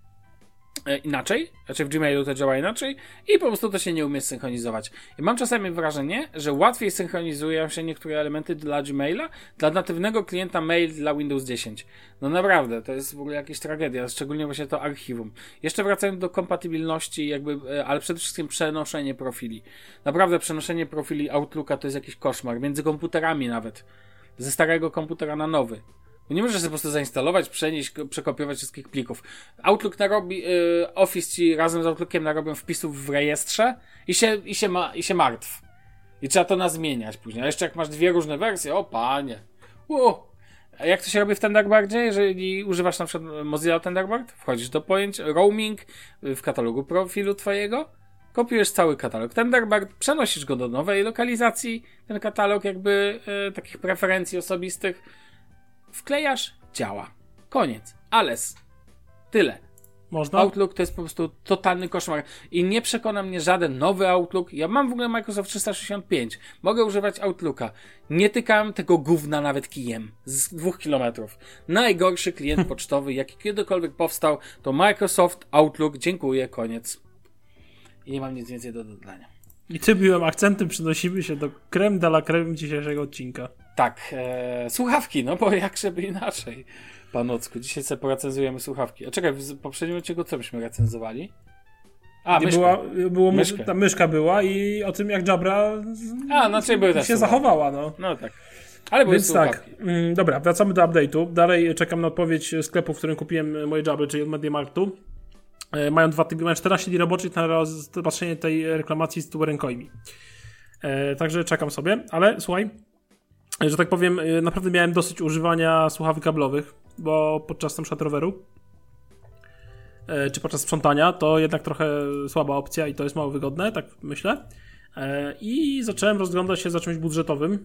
inaczej, znaczy w Gmailu to działa inaczej i po prostu to się nie umie synchronizować. I mam czasami wrażenie, że łatwiej synchronizują się niektóre elementy dla Gmaila, dla natywnego klienta mail dla Windows dziesięć. No naprawdę, to jest w ogóle jakaś tragedia, szczególnie właśnie to archiwum. Jeszcze wracając do kompatybilności, jakby, ale przede wszystkim przenoszenie profili. Naprawdę przenoszenie profili Outlooka to jest jakiś koszmar, między komputerami nawet. Ze starego komputera na nowy. Bo nie możesz sobie po prostu zainstalować, przenieść, przekopiować wszystkich plików. Outlook narobi, yy, Office ci razem z Outlookiem narobią wpisów w rejestrze i się, i się, ma, i się martw. I trzeba to nazmieniać później. A jeszcze jak masz dwie różne wersje, o panie. Uh. A jak to się robi w Thunderbardzie? Jeżeli używasz na przykład Mozilla Thunderbird, wchodzisz do pojęć roaming w katalogu profilu twojego, kopiujesz cały katalog Thunderbird, przenosisz go do nowej lokalizacji, ten katalog jakby yy, takich preferencji osobistych, wklejasz, działa. Koniec. Ales. Tyle. Można? Outlook to jest po prostu totalny koszmar. I nie przekona mnie żaden nowy Outlook. Ja mam w ogóle Microsoft trzysta sześćdziesiąt pięć. Mogę używać Outlooka. Nie tykam tego gówna nawet kijem. Z dwóch kilometrów. Najgorszy klient pocztowy, jaki kiedykolwiek powstał, to Microsoft Outlook. Dziękuję. Koniec. I nie mam nic więcej do dodania. I tym miłym akcentem przenosimy się do creme de la creme dzisiejszego odcinka. Tak, e, słuchawki, no bo jak żeby inaczej, panocku. Dzisiaj sobie porecenzujemy słuchawki. A czekaj, w poprzednim odcinku co byśmy recenzowali? A, myszkę. Była, było, myszkę. Ta myszka była i o tym jak Jabra A, znaczy były też się słuchawki. Zachowała. No. no tak, ale były Więc słuchawki. Tak, mm, dobra, wracamy do update'u. Dalej czekam na odpowiedź sklepu, w którym kupiłem moje Jabry, czyli od MediaMarktu. E, mają dwa tygodnie, mają czternaście dni roboczych na rozpatrzenie tej reklamacji z tyłu rękojmi. E, także czekam sobie, ale słuchaj, że tak powiem, naprawdę miałem dosyć używania słuchawek kablowych, bo podczas na przykład roweru e, czy podczas sprzątania to jednak trochę słaba opcja i to jest mało wygodne, tak myślę. E, I zacząłem rozglądać się za czymś budżetowym.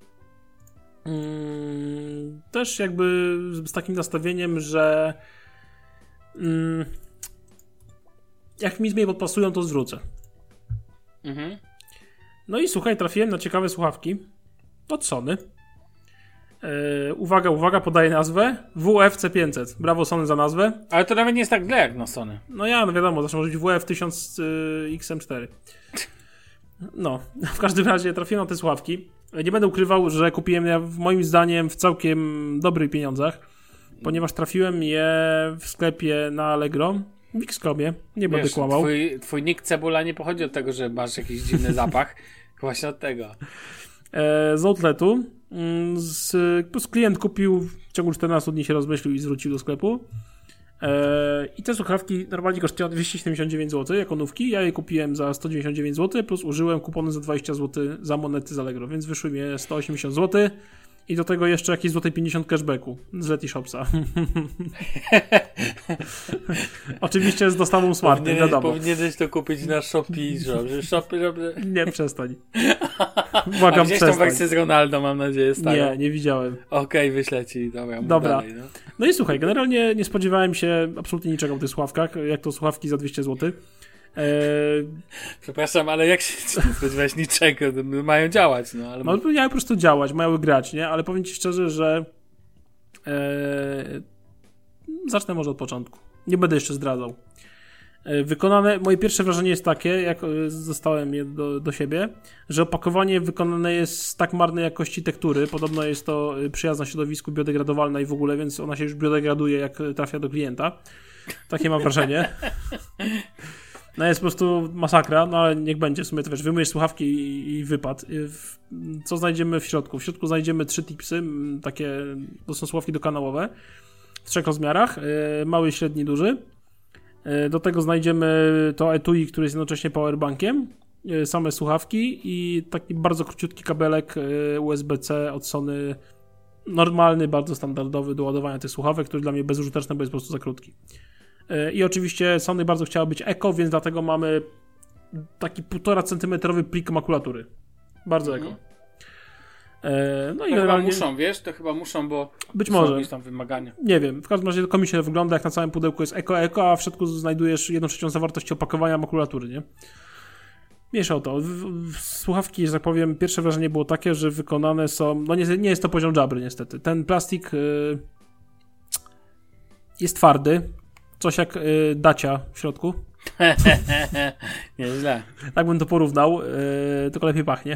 Mm, też jakby z, z takim nastawieniem, że mm, jak mi mnie podpasują, to zwrócę. Mhm. No i słuchaj, trafiłem na ciekawe słuchawki od Sony. Yy, uwaga, uwaga, podaję nazwę. W F C pięćset. Brawo Sony za nazwę. Ale to nawet nie jest tak źle jak na Sony. No ja, no wiadomo, zawsze może być W F tysiąc X M cztery. No, w każdym razie trafiłem na te słuchawki. Nie będę ukrywał, że kupiłem je moim zdaniem w całkiem dobrych pieniądzach, ponieważ trafiłem je w sklepie na Allegro, w X-Comie. Nie będę Wiesz, kłamał. Twój, twój nick Cebula nie pochodzi od tego, że masz jakiś dziwny zapach. Właśnie od tego. E, z outletu. Z, z klient kupił, w ciągu czternastu dni się rozmyślił i zwrócił do sklepu. E, I te słuchawki normalnie kosztują dwieście siedemdziesiąt dziewięć złotych jako nówki. Ja je kupiłem za sto dziewięćdziesiąt dziewięć złotych, plus użyłem kupony za dwadzieścia złotych za monety z Allegro, więc wyszły mi sto osiemdziesiąt złotych. I do tego jeszcze jakieś złote pięćdziesiąt cashbacku z Letishopsa. Oczywiście z dostawą smartem, Powinieneś, wiadomo. powinieneś to kupić na Shopee. Że Shopee, żeby... Nie, przestań. Błagam, A widziałeś przestań. tą wersję z Ronaldo, mam nadzieję, starą? Nie, nie widziałem. Okej, okay, wyślę ci. Dobra, Dobra. Dalej, no. No i słuchaj, generalnie nie spodziewałem się absolutnie niczego w tych słuchawkach, jak to słuchawki za dwieście złotych. Eee... Przepraszam, ale jak się nie spodziewałeś niczego? Mają działać, no. Ale... No, miały po prostu działać, mają grać, nie? Ale powiem ci szczerze, że eee... zacznę może od początku. Nie będę jeszcze zdradzał. Eee, wykonane, moje pierwsze wrażenie jest takie, jak zostałem je do, do siebie, że opakowanie wykonane jest z tak marnej jakości tektury. Podobno jest to przyjazna środowisku, biodegradowalna i w ogóle, więc ona się już biodegraduje, jak trafia do klienta. Takie mam wrażenie. No jest po prostu masakra, no ale niech będzie, w sumie to wiesz, wyjmujesz słuchawki i, i wypad. Co znajdziemy w środku? W środku znajdziemy trzy tipsy, takie, to są słuchawki dokanałowe, w trzech rozmiarach, mały, średni, duży. Do tego znajdziemy to etui, który jest jednocześnie powerbankiem, same słuchawki i taki bardzo króciutki kabelek U S B C od Sony, normalny, bardzo standardowy do ładowania tych słuchawek, który dla mnie bezużyteczny, bo jest po prostu za krótki. I oczywiście Sony bardzo chciała być eko, więc dlatego mamy taki półtora centymetrowy plik makulatury. Bardzo eko. E, no to i chyba generalnie... muszą, wiesz? To chyba muszą, bo być są może jakieś tam wymagania. Nie wiem. W każdym razie to komicznie wygląda, jak na całym pudełku jest eko, eko, a w środku znajdujesz jedną trzecią zawartości opakowania makulatury, nie? Mniejsza o to. W, w, słuchawki, że tak powiem, pierwsze wrażenie było takie, że wykonane są... No nie, nie jest to poziom Jabry, niestety. Ten plastik y, jest twardy. Coś jak y, dacia w środku. Nieźle. Tak bym to porównał, yy, tylko lepiej pachnie.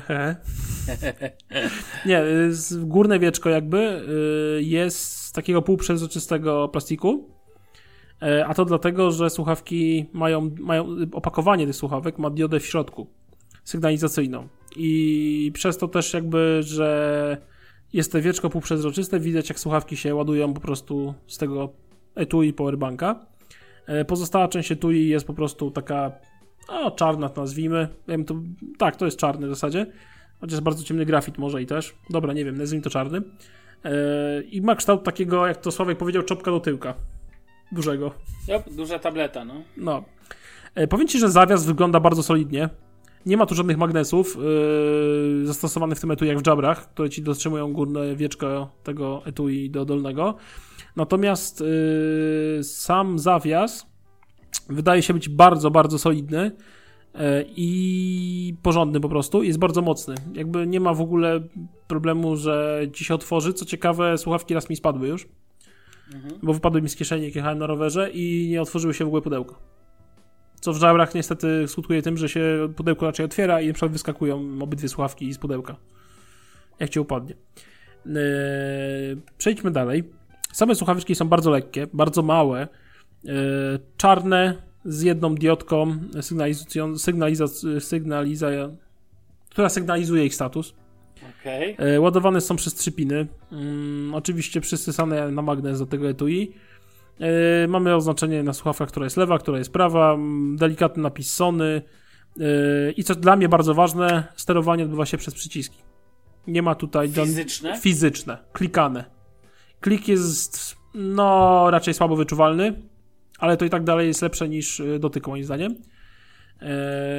Nie, yy, górne wieczko jakby yy, jest z takiego półprzezroczystego plastiku, yy, a to dlatego, że słuchawki mają, mają, opakowanie tych słuchawek ma diodę w środku, sygnalizacyjną i przez to też jakby, że jest to wieczko półprzezroczyste, widać jak słuchawki się ładują po prostu z tego etui powerbanka. Pozostała część etui jest po prostu taka o, czarna, to nazwijmy. Ja to, tak, to jest czarny w zasadzie. Chociaż jest bardzo ciemny grafit może i też. Dobra, nie wiem, nazwijmy to czarny. Yy, I ma kształt takiego, jak to Sławek powiedział, czopka do tyłka. Dużego. Yep, duża tableta, no. No. Yy, powiem ci, że zawias wygląda bardzo solidnie. Nie ma tu żadnych magnesów yy, zastosowanych w tym etui jak w Jabrach, które ci dotrzymują górne wieczko tego etui do dolnego. Natomiast yy, sam zawias wydaje się być bardzo, bardzo solidny yy, i porządny po prostu. Jest bardzo mocny. Jakby nie ma w ogóle problemu, że ci się otworzy. Co ciekawe, słuchawki raz mi spadły już, mhm. bo wypadły mi z kieszeni, jak jechałem na rowerze i nie otworzyły się w ogóle pudełko. Co w Jabrach niestety skutkuje tym, że się pudełko raczej otwiera i na przykład wyskakują obydwie słuchawki z pudełka. Jak ci upadnie. Yy, przejdźmy dalej. Same słuchaweczki są bardzo lekkie, bardzo małe, yy, czarne, z jedną diodką, sygnalizują, sygnaliza, sygnaliza, która sygnalizuje ich status. Okay. Yy, ładowane są przez trzy piny. Yy, oczywiście przysysane na magnes do tego etui. Yy, mamy oznaczenie na słuchawkach, która jest lewa, która jest prawa, delikatny napis Sony yy, i co dla mnie bardzo ważne, sterowanie odbywa się przez przyciski. Nie ma tutaj... Fizyczne? Don... Fizyczne, klikane. Klik jest no raczej słabo wyczuwalny, ale to i tak dalej jest lepsze niż dotyk moim zdaniem. Yy...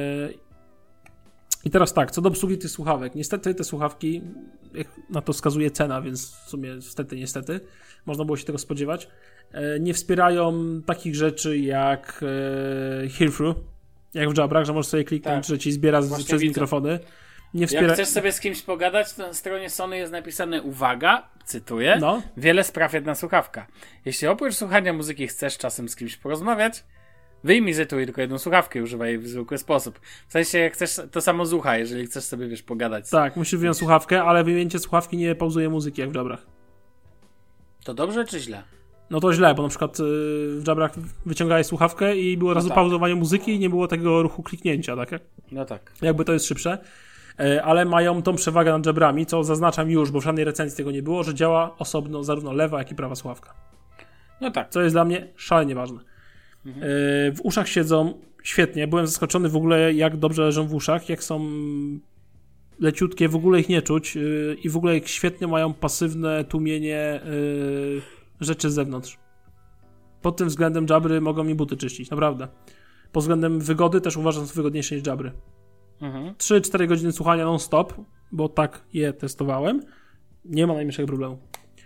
I teraz tak, co do obsługi tych słuchawek. Niestety te słuchawki, jak na to wskazuje cena, więc w sumie niestety, niestety, można było się tego spodziewać, nie wspierają takich rzeczy jak Hearthrough, jak w Jabrach, że możesz sobie kliknąć, tak, że ci zbiera z, przez widzę. mikrofony. Nie wspiera... Jak chcesz sobie z kimś pogadać, to na stronie Sony jest napisane, uwaga, cytuję, no. wiele spraw jedna słuchawka. Jeśli oprócz słuchania muzyki chcesz czasem z kimś porozmawiać, wyjmij z etui tylko jedną słuchawkę i używaj jej w zwykły sposób. W sensie, jak chcesz, to samo z ucha, jeżeli chcesz sobie, wiesz, pogadać. Tak, musisz wyjąć słuchawkę, ale wyjęcie słuchawki nie pauzuje muzyki, jak w Jabrach. To dobrze czy źle? No to źle, bo na przykład w Jabrach wyciągałeś słuchawkę i było razu no tak. pauzowanie muzyki i nie było tego ruchu kliknięcia, tak? No tak. Jakby to jest szybsze. ale mają tą przewagę nad żebrami, co zaznaczam już, bo w żadnej recenzji tego nie było, że działa osobno zarówno lewa, jak i prawa słuchawka. No tak. Co jest dla mnie szalenie ważne. Mhm. W uszach siedzą świetnie. Byłem zaskoczony w ogóle, jak dobrze leżą w uszach, jak są leciutkie, w ogóle ich nie czuć i w ogóle jak świetnie mają pasywne tłumienie rzeczy z zewnątrz. Pod tym względem żabry mogą mi buty czyścić, naprawdę. Pod względem wygody też uważam, że są wygodniejsze niż żabry. Mhm. trzy cztery godziny słuchania non-stop, bo tak je testowałem. Nie ma najmniejszego problemu.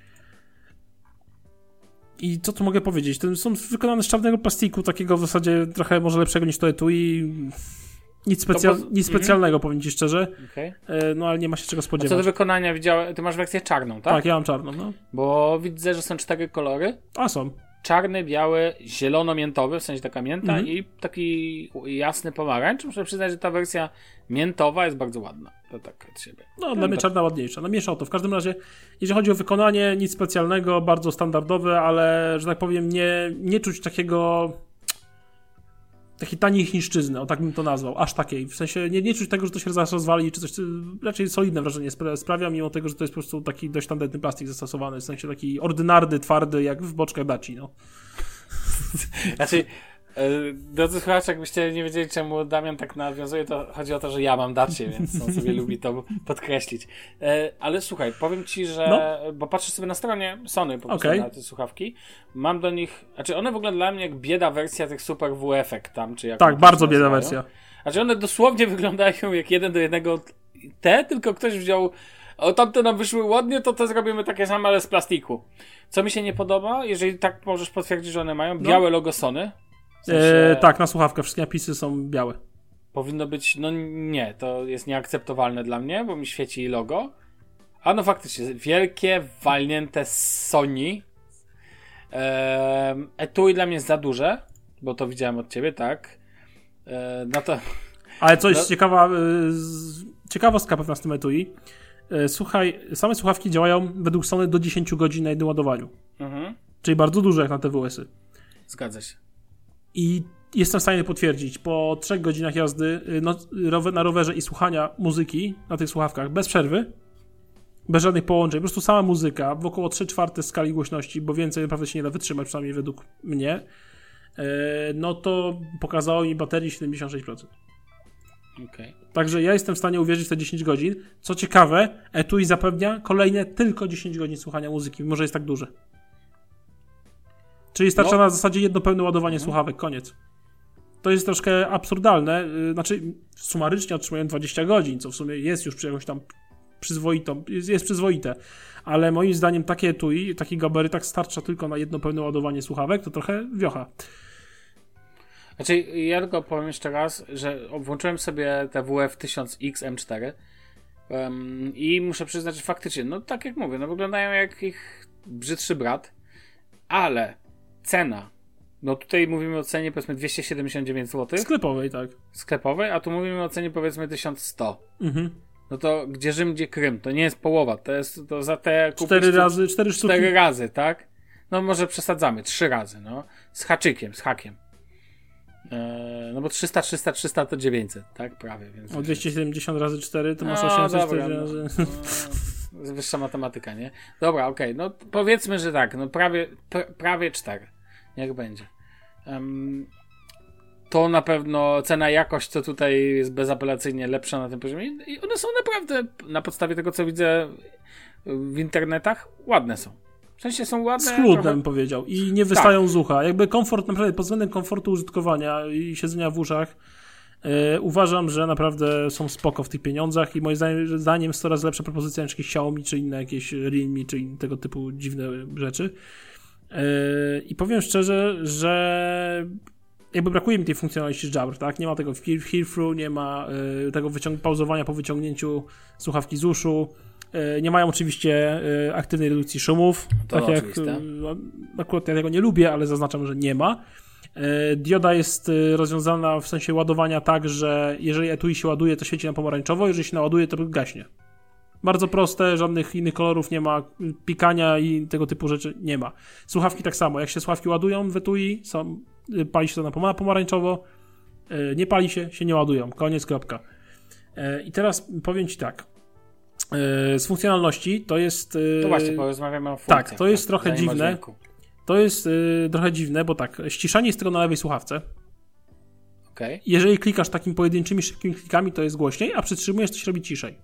I co tu mogę powiedzieć? To są wykonane z czarnego plastiku, takiego w zasadzie trochę może lepszego niż to etui. Nic, specja- bo... nic specjalnego, mm-hmm. powiem ci szczerze. Okay. No ale nie ma się czego spodziewać. A co do wykonania widziałem, ty masz wersję czarną, tak? Tak, ja mam czarną, no. Bo widzę, że są cztery kolory. A są. Czarny, biały, zielono-miętowy, w sensie taka mięta mm-hmm. i taki jasny pomarańcz. Muszę przyznać, że ta wersja miętowa jest bardzo ładna. To tak od siebie. No, no dla mnie czarna ładniejsza. No miesza to. W każdym razie, jeżeli chodzi o wykonanie, nic specjalnego, bardzo standardowe, ale, że tak powiem, nie, nie czuć takiego takiej taniej chińszczyzny, o tak bym to nazwał, aż takiej. W sensie nie, nie czuć tego, że to się zaraz rozwali, czy coś, raczej solidne wrażenie sprawia, mimo tego, że to jest po prostu taki dość tandetny plastik zastosowany, w sensie taki ordynarny, twardy, jak w boczkach Daci, no. Znaczy, drodzy słuchacze, jakbyście nie wiedzieli, czemu Damian tak nawiązuje, to chodzi o to, że ja mam Dacię, więc on sobie lubi to podkreślić. Ale słuchaj, powiem ci, że no. bo patrzę sobie na stronie Sony po prostu okay. na te słuchawki, mam do nich, znaczy one w ogóle dla mnie jak bieda wersja tych Super W F tam, czy jak tak, bardzo bieda wersja. Znaczy one dosłownie wyglądają jak jeden do jednego te, tylko ktoś wziął o tamte nam wyszły ładnie, to te zrobimy takie same, ale z plastiku. Co mi się nie podoba, jeżeli tak możesz potwierdzić, że one mają białe no. logo Sony. W sensie... e, tak, na słuchawkę. Wszystkie napisy są białe. Powinno być, no nie, to jest nieakceptowalne dla mnie, bo mi świeci logo. A no faktycznie, wielkie, walnięte Sony. E, etui dla mnie jest za duże, bo to widziałem od ciebie, tak. E, no to... Ale coś no... ciekawa, ciekawostka pewna z tym etui. Słuchaj, same słuchawki działają według Sony do dziesięć godzin na jednym ładowaniu. Mhm. Czyli bardzo dużo jak na te W S y. Zgadza się. I jestem w stanie potwierdzić, po trzech godzinach jazdy no, na rowerze i słuchania muzyki na tych słuchawkach bez przerwy, bez żadnych połączeń, po prostu sama muzyka w około trzy czwarte skali głośności, bo więcej naprawdę się nie da wytrzymać, przynajmniej według mnie, no to pokazało mi baterii siedemdziesiąt sześć procent. Okay. Także ja jestem w stanie uwierzyć w te dziesięć godzin. Co ciekawe, etui zapewnia kolejne tylko dziesięć godzin słuchania muzyki, mimo że jest tak duże. Czyli starcza no. na zasadzie jedno pełne ładowanie mhm. słuchawek, koniec. To jest troszkę absurdalne, znaczy sumarycznie otrzymują dwadzieścia godzin, co w sumie jest już przy jakąś tam przyzwoitą, jest, jest przyzwoite, ale moim zdaniem takie etui, taki gabaryt starcza tylko na jedno pełne ładowanie słuchawek, to trochę wiocha. Znaczy, ja tylko powiem jeszcze raz, że włączyłem sobie te W F tysiąc X M cztery um, i muszę przyznać, że faktycznie, no tak jak mówię, no wyglądają jak ich brzydszy brat, ale cena, no tutaj mówimy o cenie powiedzmy dwieście siedemdziesiąt dziewięć złotych. Sklepowej, tak. Sklepowej, a tu mówimy o cenie powiedzmy tysiąc sto. Mhm. No to gdzie Rzym, gdzie Krym? To nie jest połowa, to jest to za te... Cztery razy, cztery sztuki. Cztery razy, tak? No może przesadzamy, trzy razy, no. Z haczykiem, z hakiem. No bo trzysta, trzysta, trzysta to dziewięćset, tak? Prawie. Więc o dwieście siedemdziesiąt razy cztery to masz no, osiemset dobra, razy. No, no, wyższa matematyka, nie? Dobra, okej. Okay. No powiedzmy, że tak. No prawie, pr- prawie cztery. Niech będzie. Um, to na pewno cena jakość, co tutaj jest bezapelacyjnie lepsza na tym poziomie. I one są naprawdę, na podstawie tego, co widzę w internetach, ładne są. W sensie są ładne. Schludne trochę... bym powiedział. I nie wystają tak. z ucha. Jakby komfort, naprawdę pod względem komfortu użytkowania i siedzenia w uszach yy, uważam, że naprawdę są spoko w tych pieniądzach i moim zdaniem, zdaniem jest coraz lepsza propozycja niż jakieś Xiaomi, czy inne jakieś Realme, czy tego typu dziwne rzeczy. Yy, I powiem szczerze, że jakby brakuje mi tej funkcjonalności z Jabra, tak? Nie ma tego hear-through, nie ma yy, tego wyciąg- pauzowania po wyciągnięciu słuchawki z uszu. Nie mają oczywiście aktywnej redukcji szumów, to tak jak akurat ja tego nie lubię, ale zaznaczam, że nie ma. Dioda jest rozwiązana w sensie ładowania tak, że jeżeli etui się ładuje, to świeci na pomarańczowo, jeżeli się naładuje, to gaśnie. Bardzo proste, żadnych innych kolorów nie ma, pikania i tego typu rzeczy nie ma. Słuchawki tak samo, jak się słuchawki ładują w etui, są, pali się to na pomarańczowo, nie pali się, się nie ładują, koniec, kropka. E, I teraz powiem Ci tak. E, z funkcjonalności to jest... E, to właśnie, porozmawiamy o funkcjach. Tak, to jest tak, trochę dziwne. To jest e, trochę dziwne, bo tak, ściszanie jest tylko na lewej słuchawce. Okay. Jeżeli klikasz takimi pojedynczymi, szybkimi klikami, to jest głośniej, a przytrzymujesz, to się robi ciszej.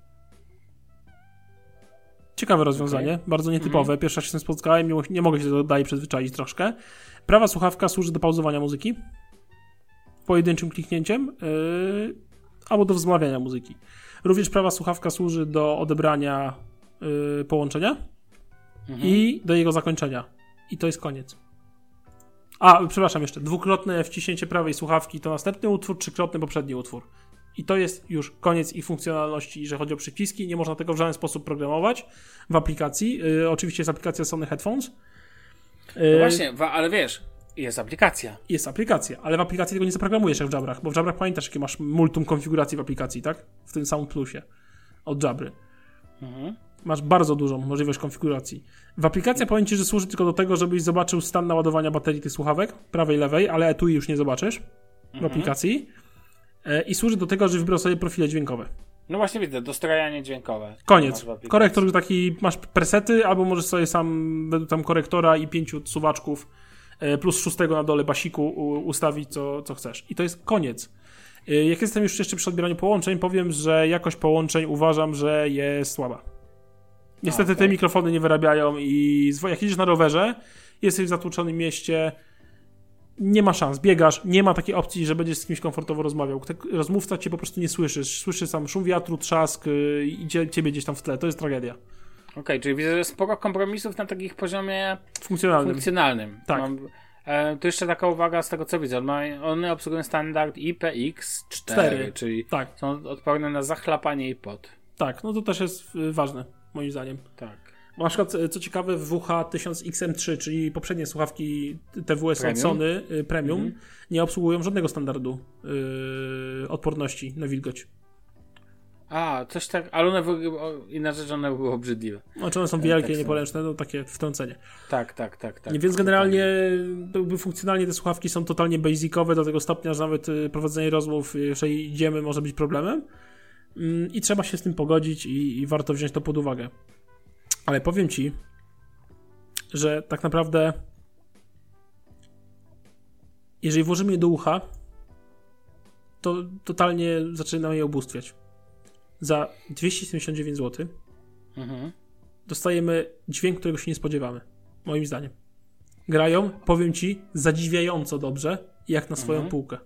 Ciekawe rozwiązanie, okay. Bardzo nietypowe. Mm-hmm. Pierwszy raz się z tym spotkałem, nie, nie mogę się do dalej przyzwyczaić troszkę. Prawa słuchawka służy do pauzowania muzyki pojedynczym kliknięciem yy, albo do wzmawiania muzyki. Również prawa słuchawka służy do odebrania yy, połączenia mm-hmm. i do jego zakończenia. I to jest koniec. A, przepraszam jeszcze, dwukrotne wciśnięcie prawej słuchawki to następny utwór, trzykrotny poprzedni utwór. I to jest już koniec ich funkcjonalności, jeżeli chodzi o przyciski. Nie można tego w żaden sposób programować w aplikacji. Yy, oczywiście jest aplikacja Sony Headphones. Yy, no właśnie, ale wiesz, jest aplikacja. Jest aplikacja, ale w aplikacji tego nie zaprogramujesz jak w Jabrach, bo w Jabrach pamiętasz, jakie masz multum konfiguracji w aplikacji, tak? W tym Sound Plusie od Jabry. Mhm. Masz bardzo dużą możliwość konfiguracji. W aplikacji powiem Ci, że służy tylko do tego, żebyś zobaczył stan naładowania baterii tych słuchawek, prawej, lewej, ale etui już nie zobaczysz w mhm. aplikacji. I służy do tego, że wybrał sobie profile dźwiękowe. No właśnie widzę, dostrajanie dźwiękowe. Koniec. Korektor taki, masz presety, albo możesz sobie sam według tam korektora i pięciu suwaczków plus szóstego na dole basiku ustawić, co, co chcesz. I to jest koniec. Jak jestem już jeszcze przy odbieraniu połączeń, powiem, że jakość połączeń uważam, że jest słaba. Niestety A, okay. te mikrofony nie wyrabiają i jak jedziesz na rowerze, jesteś w zatłoczonym mieście, nie ma szans, biegasz, nie ma takiej opcji, że będziesz z kimś komfortowo rozmawiał. Rozmówca cię po prostu nie słyszysz. Słyszy sam szum wiatru, trzask i ciebie gdzieś tam w tle. To jest tragedia. Okej, okay, czyli widzę, że sporo kompromisów na takich poziomie funkcjonalnym. funkcjonalnym. Tak. Mam, e, to jeszcze taka uwaga z tego, co widzę. One obsługują standard I P X cztery, cztery. Czyli tak. są odporne na zachlapanie i pot. Tak, no to też jest ważne, moim zdaniem. Tak. Na przykład, co ciekawe, w W H tysiąc X M trzy, czyli poprzednie słuchawki T W S od Sony y, Premium, mhm. nie obsługują żadnego standardu y, odporności na wilgoć. A, coś tak, ale one były, inna rzecz, one były obrzydliwe. Znaczy one są wielkie, tak nieporęczne, no takie wtrącenie. Tak, tak, tak. tak Więc generalnie tak. funkcjonalnie te słuchawki są totalnie basicowe do tego stopnia, że nawet prowadzenie rozmów, jeżeli idziemy, może być problemem. I trzeba się z tym pogodzić i, i warto wziąć to pod uwagę. Ale powiem Ci, że tak naprawdę jeżeli włożymy je do ucha, to totalnie zaczynamy je ubóstwiać. Za dwieście siedemdziesiąt dziewięć złotych mhm. dostajemy dźwięk, którego się nie spodziewamy. Moim zdaniem. Grają, powiem Ci, zadziwiająco dobrze, jak na swoją mhm. półkę.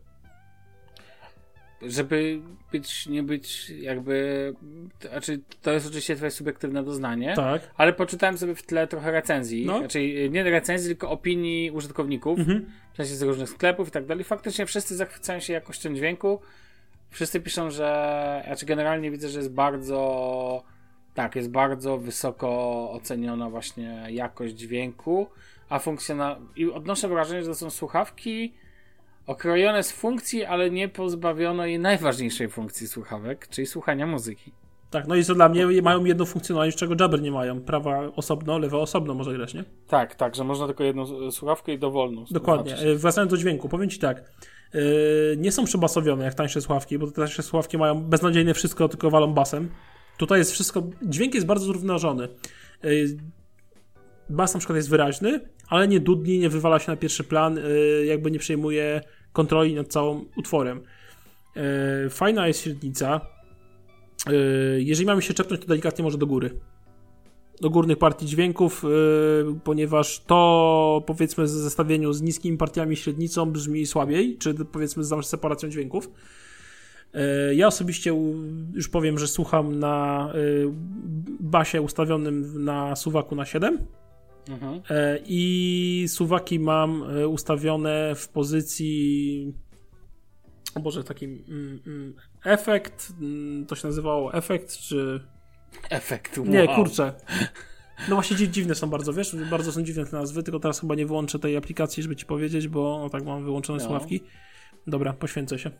Żeby być, nie być jakby, znaczy to jest oczywiście twoje subiektywne doznanie, tak. ale poczytałem sobie w tle trochę recenzji, no. znaczy nie recenzji, tylko opinii użytkowników, mhm. w sensie z różnych sklepów i tak dalej. Faktycznie wszyscy zachwycają się jakością dźwięku, wszyscy piszą, że, znaczy generalnie widzę, że jest bardzo, tak, jest bardzo wysoko oceniona właśnie jakość dźwięku, a funkcjonal... i odnoszę wrażenie, że to są słuchawki okrojone z funkcji, ale nie pozbawiono jej najważniejszej funkcji słuchawek, czyli słuchania muzyki. Tak, no i co dla mnie mają jedną funkcjonalność, czego Jabber nie mają. Prawa osobno, lewa osobno może grać, nie? Tak, tak, że można tylko jedną słuchawkę i dowolną. Dokładnie. Wracając do dźwięku, powiem Ci tak. Yy, nie są przebasowione jak tańsze słuchawki, bo te tańsze słuchawki mają beznadziejne wszystko, tylko walą basem. Tutaj jest wszystko, dźwięk jest bardzo zrównoważony. Yy, bas na przykład jest wyraźny, ale nie dudni, nie wywala się na pierwszy plan, yy, jakby nie przejmuje kontroli nad całym utworem. Yy, fajna jest średnica. Yy, jeżeli mamy się czepnąć, to delikatnie może do góry. Do górnych partii dźwięków, yy, ponieważ to powiedzmy w zestawieniu z niskimi partiami średnicą brzmi słabiej, czy powiedzmy z separacją dźwięków. Yy, ja osobiście u, już powiem, że słucham na yy, basie ustawionym na suwaku na siedem. Mhm. I suwaki mam ustawione w pozycji, o Boże, taki mm, mm, efekt, mm, to się nazywało efekt, czy... Efekt, wow. Nie, kurczę. No właśnie dziwne są bardzo, wiesz, bardzo są dziwne te nazwy, tylko teraz chyba nie wyłączę tej aplikacji, żeby Ci powiedzieć, bo no tak mam wyłączone no. słuchawki. Dobra, poświęcę się.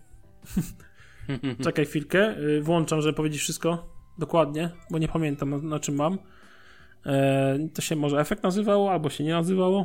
Czekaj chwilkę, włączam, żeby powiedzieć wszystko dokładnie, bo nie pamiętam na, na czym mam. Eee, to się może efekt nazywało, albo się nie nazywało.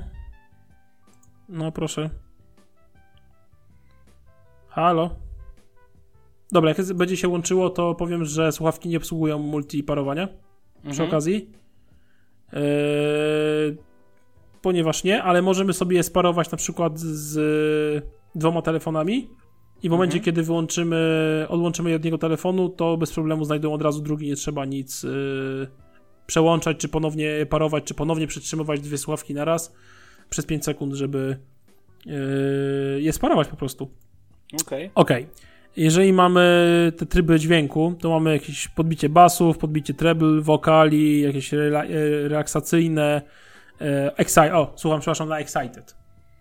No proszę. Halo? Dobra, jak będzie się łączyło, to powiem, że słuchawki nie obsługują multiparowania mhm. przy okazji. Yy, ponieważ nie, ale możemy sobie je sparować na przykład z dwoma telefonami i w momencie, mhm. kiedy wyłączymy, odłączymy jednego telefonu, to bez problemu znajdą od razu drugi, nie trzeba nic yy, przełączać, czy ponownie parować, czy ponownie przytrzymywać dwie słuchawki na raz przez pięć sekund, żeby yy, je sparować po prostu. Okej. Okay. Okej. Okay. Jeżeli mamy te tryby dźwięku, to mamy jakieś podbicie basów, podbicie treble, wokali, jakieś rela- relaksacyjne, e, exci- o, słucham, przepraszam, na excited.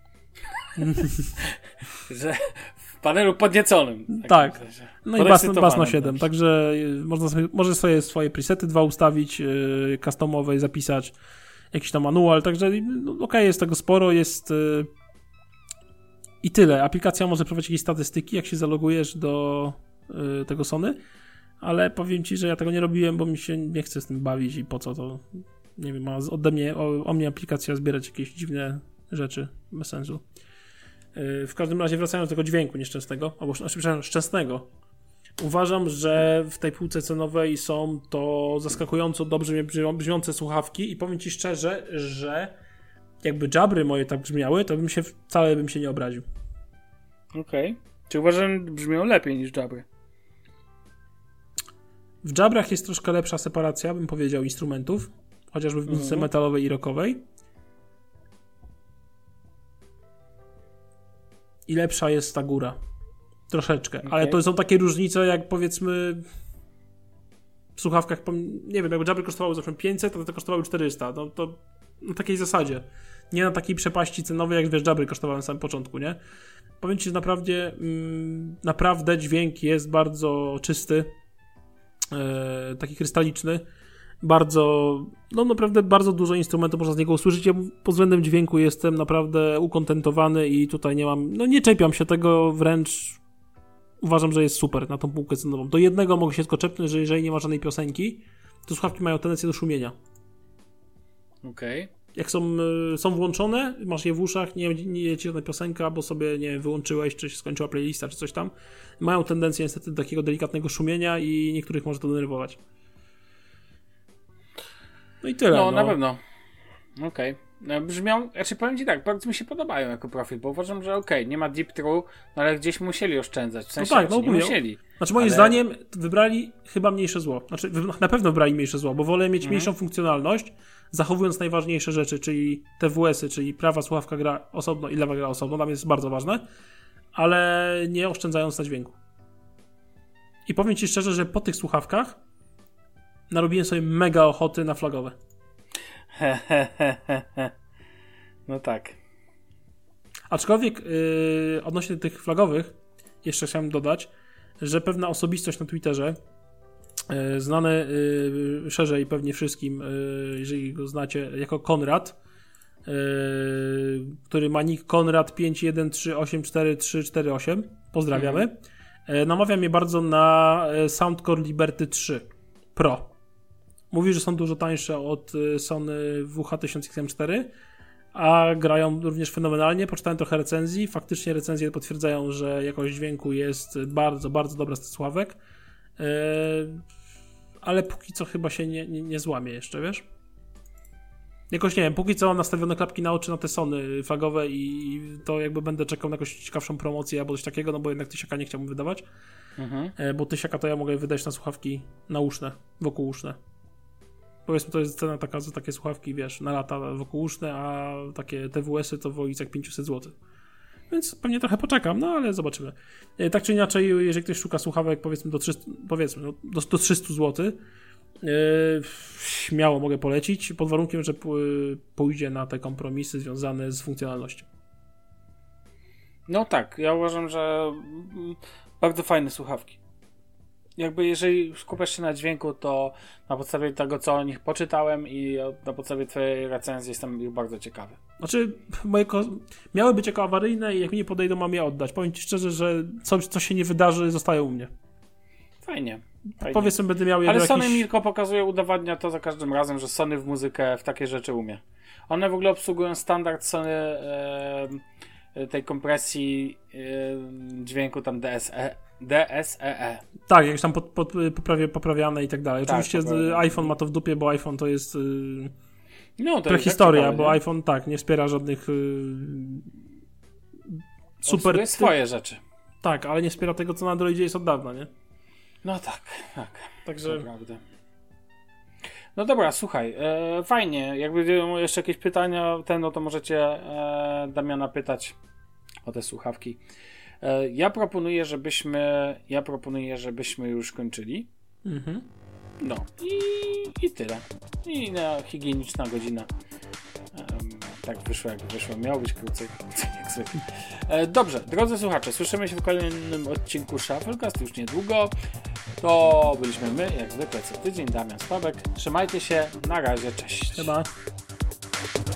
Że w panelu podnieconym. Tak. No i bas, bas na siedem, także można sobie, może sobie swoje presety dwa ustawić, yy, customowe i zapisać jakiś tam manual, także no, okej, okay, jest tego sporo, jest yy, i tyle. Aplikacja może prowadzić jakieś statystyki, jak się zalogujesz do yy, tego Sony, ale powiem ci, że ja tego nie robiłem, bo mi się nie chce z tym bawić i po co to, nie wiem, ma ode mnie, o, o mnie aplikacja zbierać jakieś dziwne rzeczy, bez sensu. W każdym razie wracając do tego dźwięku nieszczęsnego, albo przepraszam, szczęsnego, uważam, że w tej półce cenowej są to zaskakująco dobrze brzmiące słuchawki i powiem ci szczerze, że jakby Jabry moje tak brzmiały, to bym się wcale bym się nie obraził. Okej. Okay. Czy uważam, że brzmią lepiej niż Jabry? W Jabrach jest troszkę lepsza separacja, bym powiedział, instrumentów, chociażby w muzyce mm-hmm. metalowej i rockowej. I lepsza jest ta góra. Troszeczkę. Okay. Ale to są takie różnice, jak powiedzmy w słuchawkach, nie wiem, jakby Jabry kosztowały zawsze pięćset, to te kosztowały czterysta. No to na takiej zasadzie. Nie na takiej przepaści cenowej, jak wiesz, Jabry kosztowały na samym początku, nie? Powiem ci, że naprawdę, mm, naprawdę dźwięk jest bardzo czysty, e, taki krystaliczny. Bardzo, no naprawdę bardzo dużo instrumentów można z niego usłyszeć. Ja pod względem dźwięku jestem naprawdę ukontentowany i tutaj nie mam, no nie czepiam się tego, wręcz uważam, że jest super na tą półkę cenową. Do jednego mogę się tylko czepnąć, że jeżeli nie ma żadnej piosenki, to słuchawki mają tendencję do szumienia. Okej. Okay. Jak są, są włączone, masz je w uszach, nie, nie jedzie żadna piosenka, bo sobie nie wyłączyłeś, czy się skończyła playlista, czy coś tam, mają tendencję niestety do takiego delikatnego szumienia i niektórych może to denerwować. No i tyle. No, no. na pewno. Okej. Okay. Brzmią, znaczy powiem ci tak, bardzo mi się podobają jako profil, bo uważam, że okej, okay, nie ma deep true, no ale gdzieś musieli oszczędzać, w sensie no tak, no, no, nie musieli. Znaczy moim ale... zdaniem wybrali chyba mniejsze zło. Znaczy na pewno wybrali mniejsze zło, bo wolę mieć mm. mniejszą funkcjonalność, zachowując najważniejsze rzeczy, czyli te W S y, czyli prawa słuchawka gra osobno i lewa gra osobno, tam jest bardzo ważne, ale nie oszczędzając na dźwięku. I powiem ci szczerze, że po tych słuchawkach narobiłem sobie mega ochoty na flagowe. No tak. Aczkolwiek yy, odnośnie tych flagowych jeszcze chciałem dodać, że pewna osobistość na Twitterze, yy, znany yy, szerzej pewnie wszystkim, yy, jeżeli go znacie, jako Konrad, yy, który ma nick Konrad pięć jeden trzy osiem cztery trzy cztery osiem, pozdrawiamy, mhm. yy, namawia mnie bardzo na Soundcore Liberty trzy Pro. Mówi, że są dużo tańsze od Sony W H tysiąc X M cztery, a grają również fenomenalnie. Poczytałem trochę recenzji. Faktycznie recenzje potwierdzają, że jakość dźwięku jest bardzo, bardzo dobra z tych słuchawek. Yy, ale póki co chyba się nie, nie, nie złamie jeszcze, wiesz? Jakoś nie wiem, póki co mam nastawione klapki na oczy na te Sony flagowe i to jakby będę czekał na jakąś ciekawszą promocję albo coś takiego, no bo jednak tysiaka nie chciałbym wydawać. Mhm. Yy, bo tysiaka to ja mogę wydać na słuchawki nauszne, wokółuszne. Powiedzmy, to jest cena taka za takie słuchawki, wiesz, na lata wokółuszne, a takie T W S y to w okolicach pięćset złotych. Więc pewnie trochę poczekam, no ale zobaczymy. Tak czy inaczej, jeżeli ktoś szuka słuchawek, powiedzmy do trzystu, powiedzmy, no, do, do trzystu złotych, yy, śmiało mogę polecić, pod warunkiem, że pójdzie na te kompromisy związane z funkcjonalnością. No tak, ja uważam, że bardzo fajne słuchawki. Jakby jeżeli skupiasz się na dźwięku, to na podstawie tego, co o nich poczytałem i na podstawie twojej recenzji jestem ich bardzo ciekawy. Znaczy, moje ko- miały być jako awaryjne i jak mi nie podejdą, mam je oddać. Powiem ci szczerze, że coś, co się nie wydarzy, zostaje u mnie. Fajnie. Fajnie. Powiedzmy, będę miał Ale Sony jakiś... Milko pokazuje, udowadnia to za każdym razem, że Sony w muzykę w takie rzeczy umie. One w ogóle obsługują standard Sony... E- tej kompresji yy, dźwięku tam D S E. D S E E. Tak, jakieś tam pod, pod, poprawie, poprawiane i tak dalej. Tak, oczywiście poprawione. iPhone ma to w dupie, bo iPhone to jest yy, no, to prehistoria, jest tak bo ciekawe, iPhone tak, nie wspiera żadnych yy, super... Obsługuje swoje rzeczy. Tak, ale nie wspiera tego, co na Androidzie jest od dawna, nie? No tak, tak. Także... Naprawdę. No dobra, słuchaj, e, fajnie. Jak będą jeszcze jakieś pytania, ten, no to możecie e, Damiana pytać o te słuchawki. E, ja proponuję, żebyśmy ja proponuję, żebyśmy już kończyli. Mhm. No i, i tyle. I na higieniczna godzina. Um, tak wyszło, jak wyszło. Miało być krócej, jak zwykle. E, dobrze, drodzy słuchacze, słyszymy się w kolejnym odcinku Shufflecast już niedługo. To byliśmy my, jak zwykle co tydzień, Damian Spawek. Trzymajcie się, na razie, cześć. Chyba.